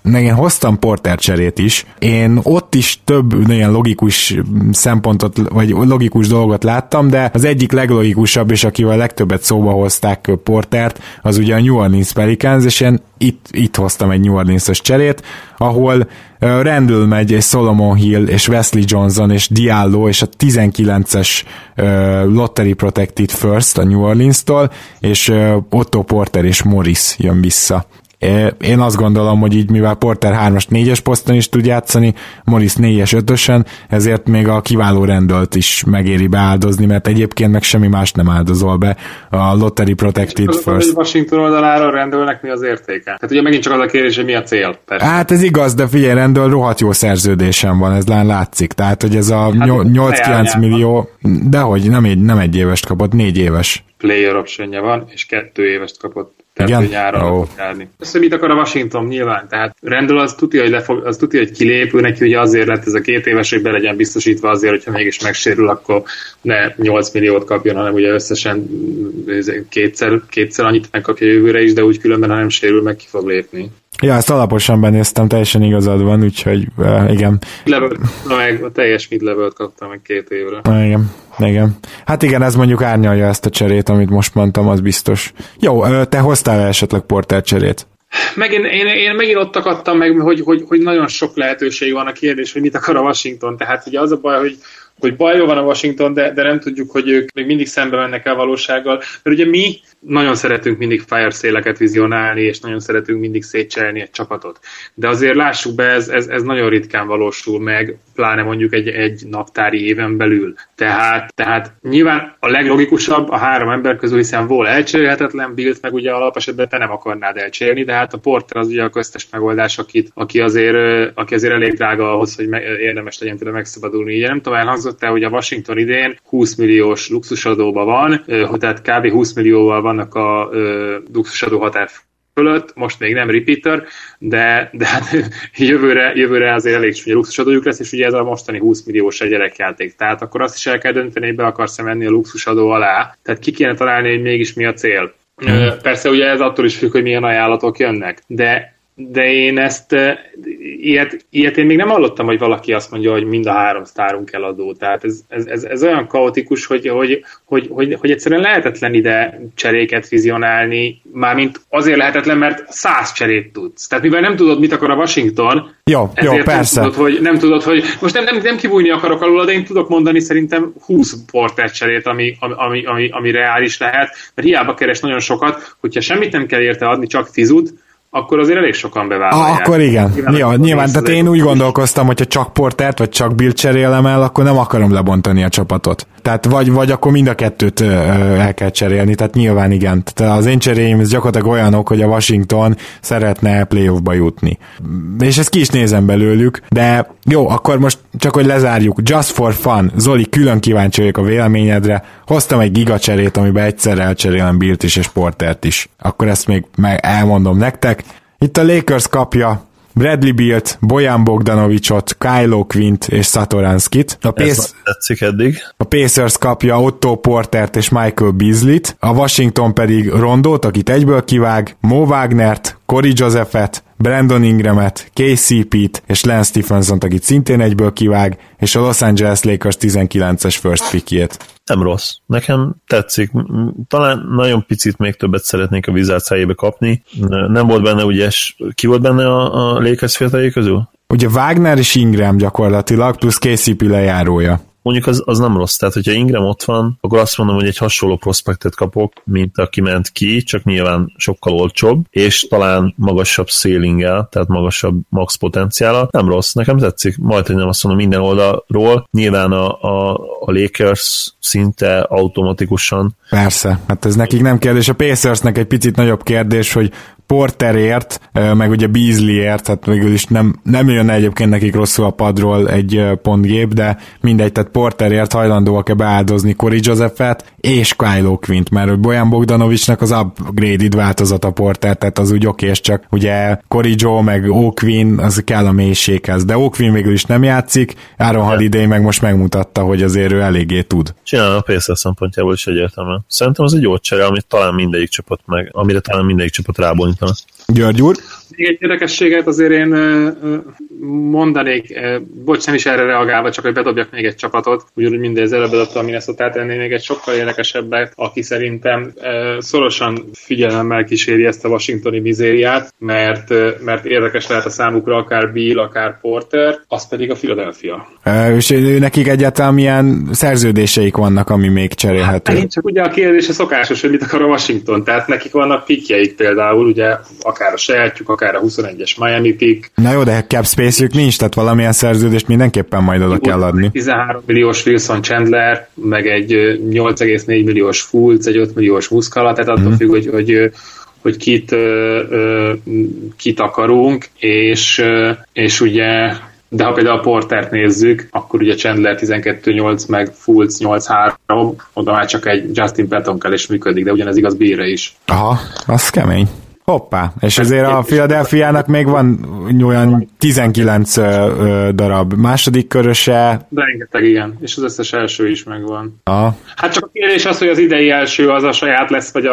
én hoztam Porter cserét is. Én ott is több ilyen logikus szempontot, vagy logikus dolgot láttam, de az egyik leglogikusabb, és akivel legtöbbet szóba hozták Portert, az ugye a New Orleans Pelicans, és én itt hoztam egy New Orleans-os cserét, ahol Randall megy, és Solomon Hill, és Wesley Johnson, és Diallo, és a 19-es Lottery Protected First a New Orleans-tól, és Otto Porter és Morris jön vissza. Én azt gondolom, hogy így, mivel Porter 3-as, 4-es poszton is tud játszani, Morris 4-es, 5-ösen, ezért még a kiváló Randallt is megéri beáldozni, mert egyébként meg semmi más nem áldozol be a Lottery Protected First. A Washington oldalára a Randallnek mi az értéke? Tehát ugye megint csak az a kérdés, hogy mi a cél. Persze. Hát ez igaz, de figyelj, Randall rohadt jó szerződésen van, ez látszik. Tehát, hogy ez a 8-9 millió, dehogy nem egy évest kapott, 4 éves. Player optionja van, és 2 évest kapott. Igen? Tehát, nyáron fog járni. Ezt, hogy mit akar a Washington nyilván? Tehát Randall az tudja, hogy kilépő, neki ugye azért lett ez a 2 éves, hogy be legyen biztosítva azért, hogyha mégis megsérül, akkor ne 8 milliót kapjon, hanem ugye összesen kétszer annyit megkapja jövőre is, de úgy különben, ha nem sérül, meg ki fog lépni. Ja, ezt alaposan benéztem, teljesen igazad van, úgyhogy igen. A teljes mid-levelt kaptam meg 2 évre. Igen. Hát igen, ez mondjuk árnyalja ezt a cserét, amit most mondtam, az biztos. Jó, te hoztál esetleg Porter cserét? Én megint ott akadtam meg, hogy nagyon sok lehetőség van, a kérdés, hogy mit akar a Washington. Tehát ugye az a baj, hogy bajban van a Washington, de nem tudjuk, hogy ők még mindig szembe mennek el valósággal. Mert ugye mi nagyon szeretünk mindig fire széleket vizionálni, és nagyon szeretünk mindig szétcserélni egy csapatot. De azért lássuk be, ez nagyon ritkán valósul meg, pláne mondjuk egy naptári éven belül. Tehát nyilván a leglogikusabb a 3 ember közül, hiszen Wall elcserélhetetlen, Bilt meg ugye alapesetben te nem akarnád elcserélni, de hát a Porter az ugye a köztes megoldás, aki azért elég drága ahhoz, hogy érdemes legyen tőle megszabadulni. Ugye nem tudom, elhangzott-e, hogy a Washington idén 20 milliós luxusadóban van, tehát kb. 20 millióval vannak a luxusadó határ fölött, most még nem repeater, de hát jövőre azért elég súlyos luxusadójuk lesz, és ugye ez a mostani 20 milliós egy gyerekjáték. Tehát akkor azt is el kell dönteni, hogy be akarsz menni a luxusadó alá. Tehát ki kéne találni, hogy mégis mi a cél. Persze ugye ez attól is függ, hogy milyen ajánlatok jönnek, de én ilyet én még nem hallottam, hogy valaki azt mondja, hogy mind a 3 sztárunk eladó. Tehát ez olyan kaotikus, hogy egyszerűen lehetetlen ide cseréket vizionálni, mármint azért lehetetlen, mert 100 cserét tudsz. Tehát mivel nem tudod, mit akar a Washington, jó, persze. Nem tudod, hogy most nem kibújni akarok alul, de én tudok mondani szerintem 20 Porter cserét, ami reális lehet, mert hiába keres nagyon sokat, hogyha semmit nem kell érte adni, csak fizut, akkor azért elég sokan bevállalják. Akkor igen. Nyilván, tehát én úgy gondolkoztam, hogyha csak Portert, vagy csak Bill cserélem el, akkor nem akarom lebontani a csapatot. Tehát vagy akkor mind a kettőt el kell cserélni, tehát nyilván igen. Tehát az én cseréim gyakorlatilag olyanok, hogy a Washington szeretne playoffba jutni. És ezt ki is nézem belőlük, de jó, akkor most csak, hogy lezárjuk. Just for fun. Zoli, külön kíváncsi vagyok a véleményedre. Hoztam egy gigacserét, amiben egyszerre elcserélem Billt is és Portert is. Akkor ezt még elmondom nektek. Itt a Lakers kapja Bradley Bealt, Bojan Bogdanovicsot, Kylo Quint és Satoranskit. Tetszik eddig. A Pacers kapja Otto Portert és Michael Beasley-t, a Washington pedig Rondót, akit egyből kivág, Mo Wagnert, Corey Josephet, Brandon Ingramet, KCP-t és Lance Stephensont, akit szintén egyből kivág, és a Los Angeles Lakers 19-es first pickjét. Nem rossz. Nekem tetszik. Talán nagyon picit még többet szeretnék a Wizards helyébe kapni. Nem volt benne, ugye, ki volt benne a Lakers fiataljai közül? Ugye Wagner és Ingram gyakorlatilag, plusz KCP lejárója. Mondjuk az nem rossz, tehát hogyha Ingram ott van, akkor azt mondom, hogy egy hasonló prospektet kapok, mint aki ment ki, csak nyilván sokkal olcsóbb, és talán magasabb ceilinggel, tehát magasabb max potenciállal. Nem rossz, nekem tetszik, majd nem azt mondom minden oldalról. Nyilván a Lakers szinte automatikusan. Persze, hát ez nekik nem kérdés. A Pacersnek egy picit nagyobb kérdés, hogy Porterért, meg ugye Beasleyért, hát végül is nem jönne egyébként nekik rosszul a padról egy pontgép, de mindegy, tehát Porterért hajlandóak-e beáldozni Corey Josephet és Kylo Quint, mert Bojan Bogdanovicsnak az upgraded változata Porter, tehát az úgy okés, csak ugye Corey Joe meg O'Quinn, az kell a mélységhez, de O'Quinn végül is nem játszik, Aaron Holiday meg most megmutatta, hogy azért ő eléggé tud. Csinálom a Pacers szempontjából is egyértelműen. Szerintem az egy jó csere, amire talán mindegyik csapat rábonyítana. György úr? Még egy érdekességet azért én mondanék, bocs, nem is erre reagálva, csak hogy bedobjak még egy csapatot, ugyanúgy mindez előbb bedobta a Minnesota-t, ennél még egy sokkal érdekesebbet, aki szerintem szorosan figyelemmel kíséri ezt a washingtoni mizériát, mert érdekes lehet a számukra akár Beal, akár Porter, az pedig a Philadelphia. És nekik egyáltalán milyen szerződéseik vannak, ami még cserélhető? Hát, csak ugye a kérdés a szokásos, hogy mit akar a Washington, tehát nekik vannak pickjeik például, ugye akár a sajátjuk, akár a 21-es Miami pick. Na jó, de cap space-jük nincs, tehát valamilyen szerződést mindenképpen majd oda kell adni. 13 milliós Wilson Chandler, meg egy 8,4 milliós Fultz, egy 5 milliós Muscala, tehát attól függ, hogy kit akarunk, és ugye, de ha például a Portert nézzük, akkor ugye Chandler 12-8, meg Fultz 8-3, oda már csak egy Justin Patton kell és működik, de ugyanez igaz Bealre is. Aha, az kemény. Hoppá, és ezért a Philadelphiának még van olyan 19 darab második köröse. De rengeteg, igen, és az összes első is megvan. Aha. Hát csak a kérdés az, hogy az idei első az a saját lesz, vagy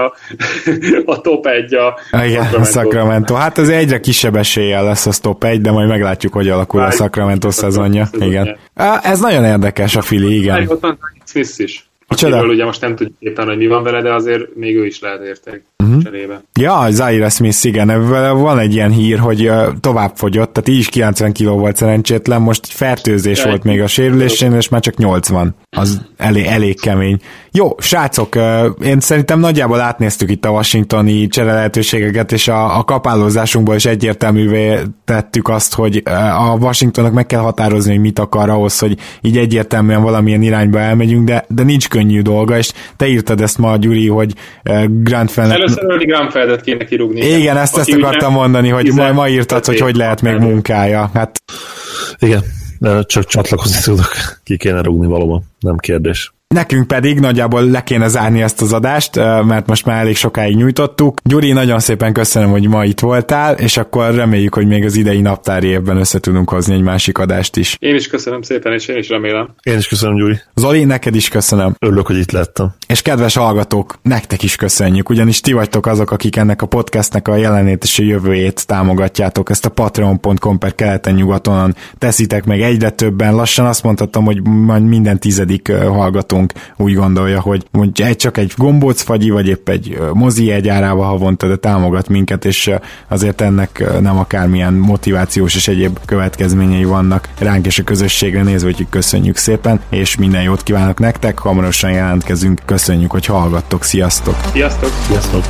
a top 1 a Sacramento. Hát ez egyre kisebb eséllyel lesz a top 1, de majd meglátjuk, hogy alakul a Sacramento szezonja. Igen. Ez nagyon érdekes a Philly, igen. Ott van Smith is. Akiről ugye most nem tudjuk éppen, hogy mi van vele, de azért még ő is lehet érték cserébe. Ja, Zaire Smith, igen, van egy ilyen hír, hogy tovább fogyott, tehát így is 90 kiló volt szerencsétlen, most fertőzés volt még a sérülésén, és már csak 80. Az elég kemény. Jó, srácok, én szerintem nagyjából átnéztük itt a washingtoni cserelehetőségeket, és a kapálózásunkból is egyértelművé tettük azt, hogy a Washingtonnak meg kell határozni, hogy mit akar ahhoz, hogy így egyértelműen valamilyen irányba elmegyünk, de nincs könnyű dolga, és te írtad ezt ma, Gyuri, hogy Grunfeldnek... Először Grunfeldet kéne kirúgni. Igen, ezt akartam mondani, hogy ma írtad, hogy lehet még munkája. Hát... Igen, csak csatlakozni tudok. Ki kéne rúgni valóban, nem kérdés. Nekünk pedig nagyjából le kéne zárni ezt az adást, mert most már elég sokáig nyújtottuk. Gyuri, nagyon szépen köszönöm, hogy ma itt voltál, és akkor reméljük, hogy még az idei naptári évben össze tudunk hozni egy másik adást is. Én is köszönöm szépen, és én is remélem. Én is köszönöm, Gyuri. Zoli, neked is köszönöm. Örülök, hogy itt lettem. És kedves hallgatók, nektek is köszönjük, ugyanis ti vagytok azok, akik ennek a podcastnek a jelenét és a jövőjét támogatjátok. Ezt a patreon.com/keleten-nyugaton teszitek meg egyre többen. Lassan azt mondhatom, hogy majd minden 10. hallgatónk úgy gondolja, hogy csak egy gombócfagyi, vagy épp egy mozi jegyárával havonta, de támogat minket, és azért ennek nem akármilyen motivációs és egyéb következményei vannak ránk és a közösségre nézve, hogy köszönjük szépen, és minden jót kívánok nektek, hamarosan jelentkezünk, köszönjük, hogy hallgattok, sziasztok! Sziasztok! Sziasztok!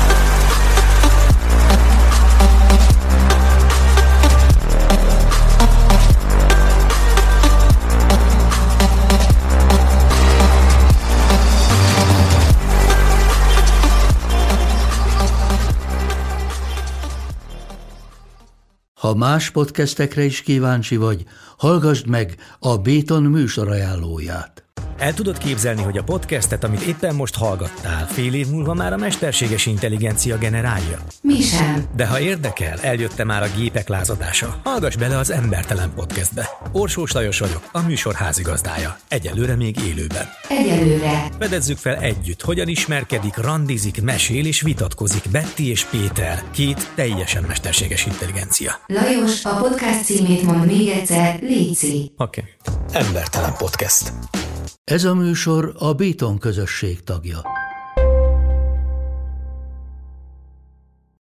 Ha más podcastekre is kíváncsi vagy, hallgassd meg a Béton műsor ajánlóját. El tudod képzelni, hogy a podcastet, amit éppen most hallgattál, fél év múlva már a mesterséges intelligencia generálja? Mi sem. De ha érdekel, eljötte már a gépek lázadása. Hallgass bele az Embertelen Podcastbe. Orsós Lajos vagyok, a műsor házigazdája. Egyelőre még élőben. Egyelőre. Fedezzük fel együtt, hogyan ismerkedik, randizik, mesél és vitatkozik Betty és Péter, két teljesen mesterséges intelligencia. Lajos, a podcast címét mond még egyszer, léci. Oké. Embertelen Podcast. Ez a műsor a Béton közösség tagja.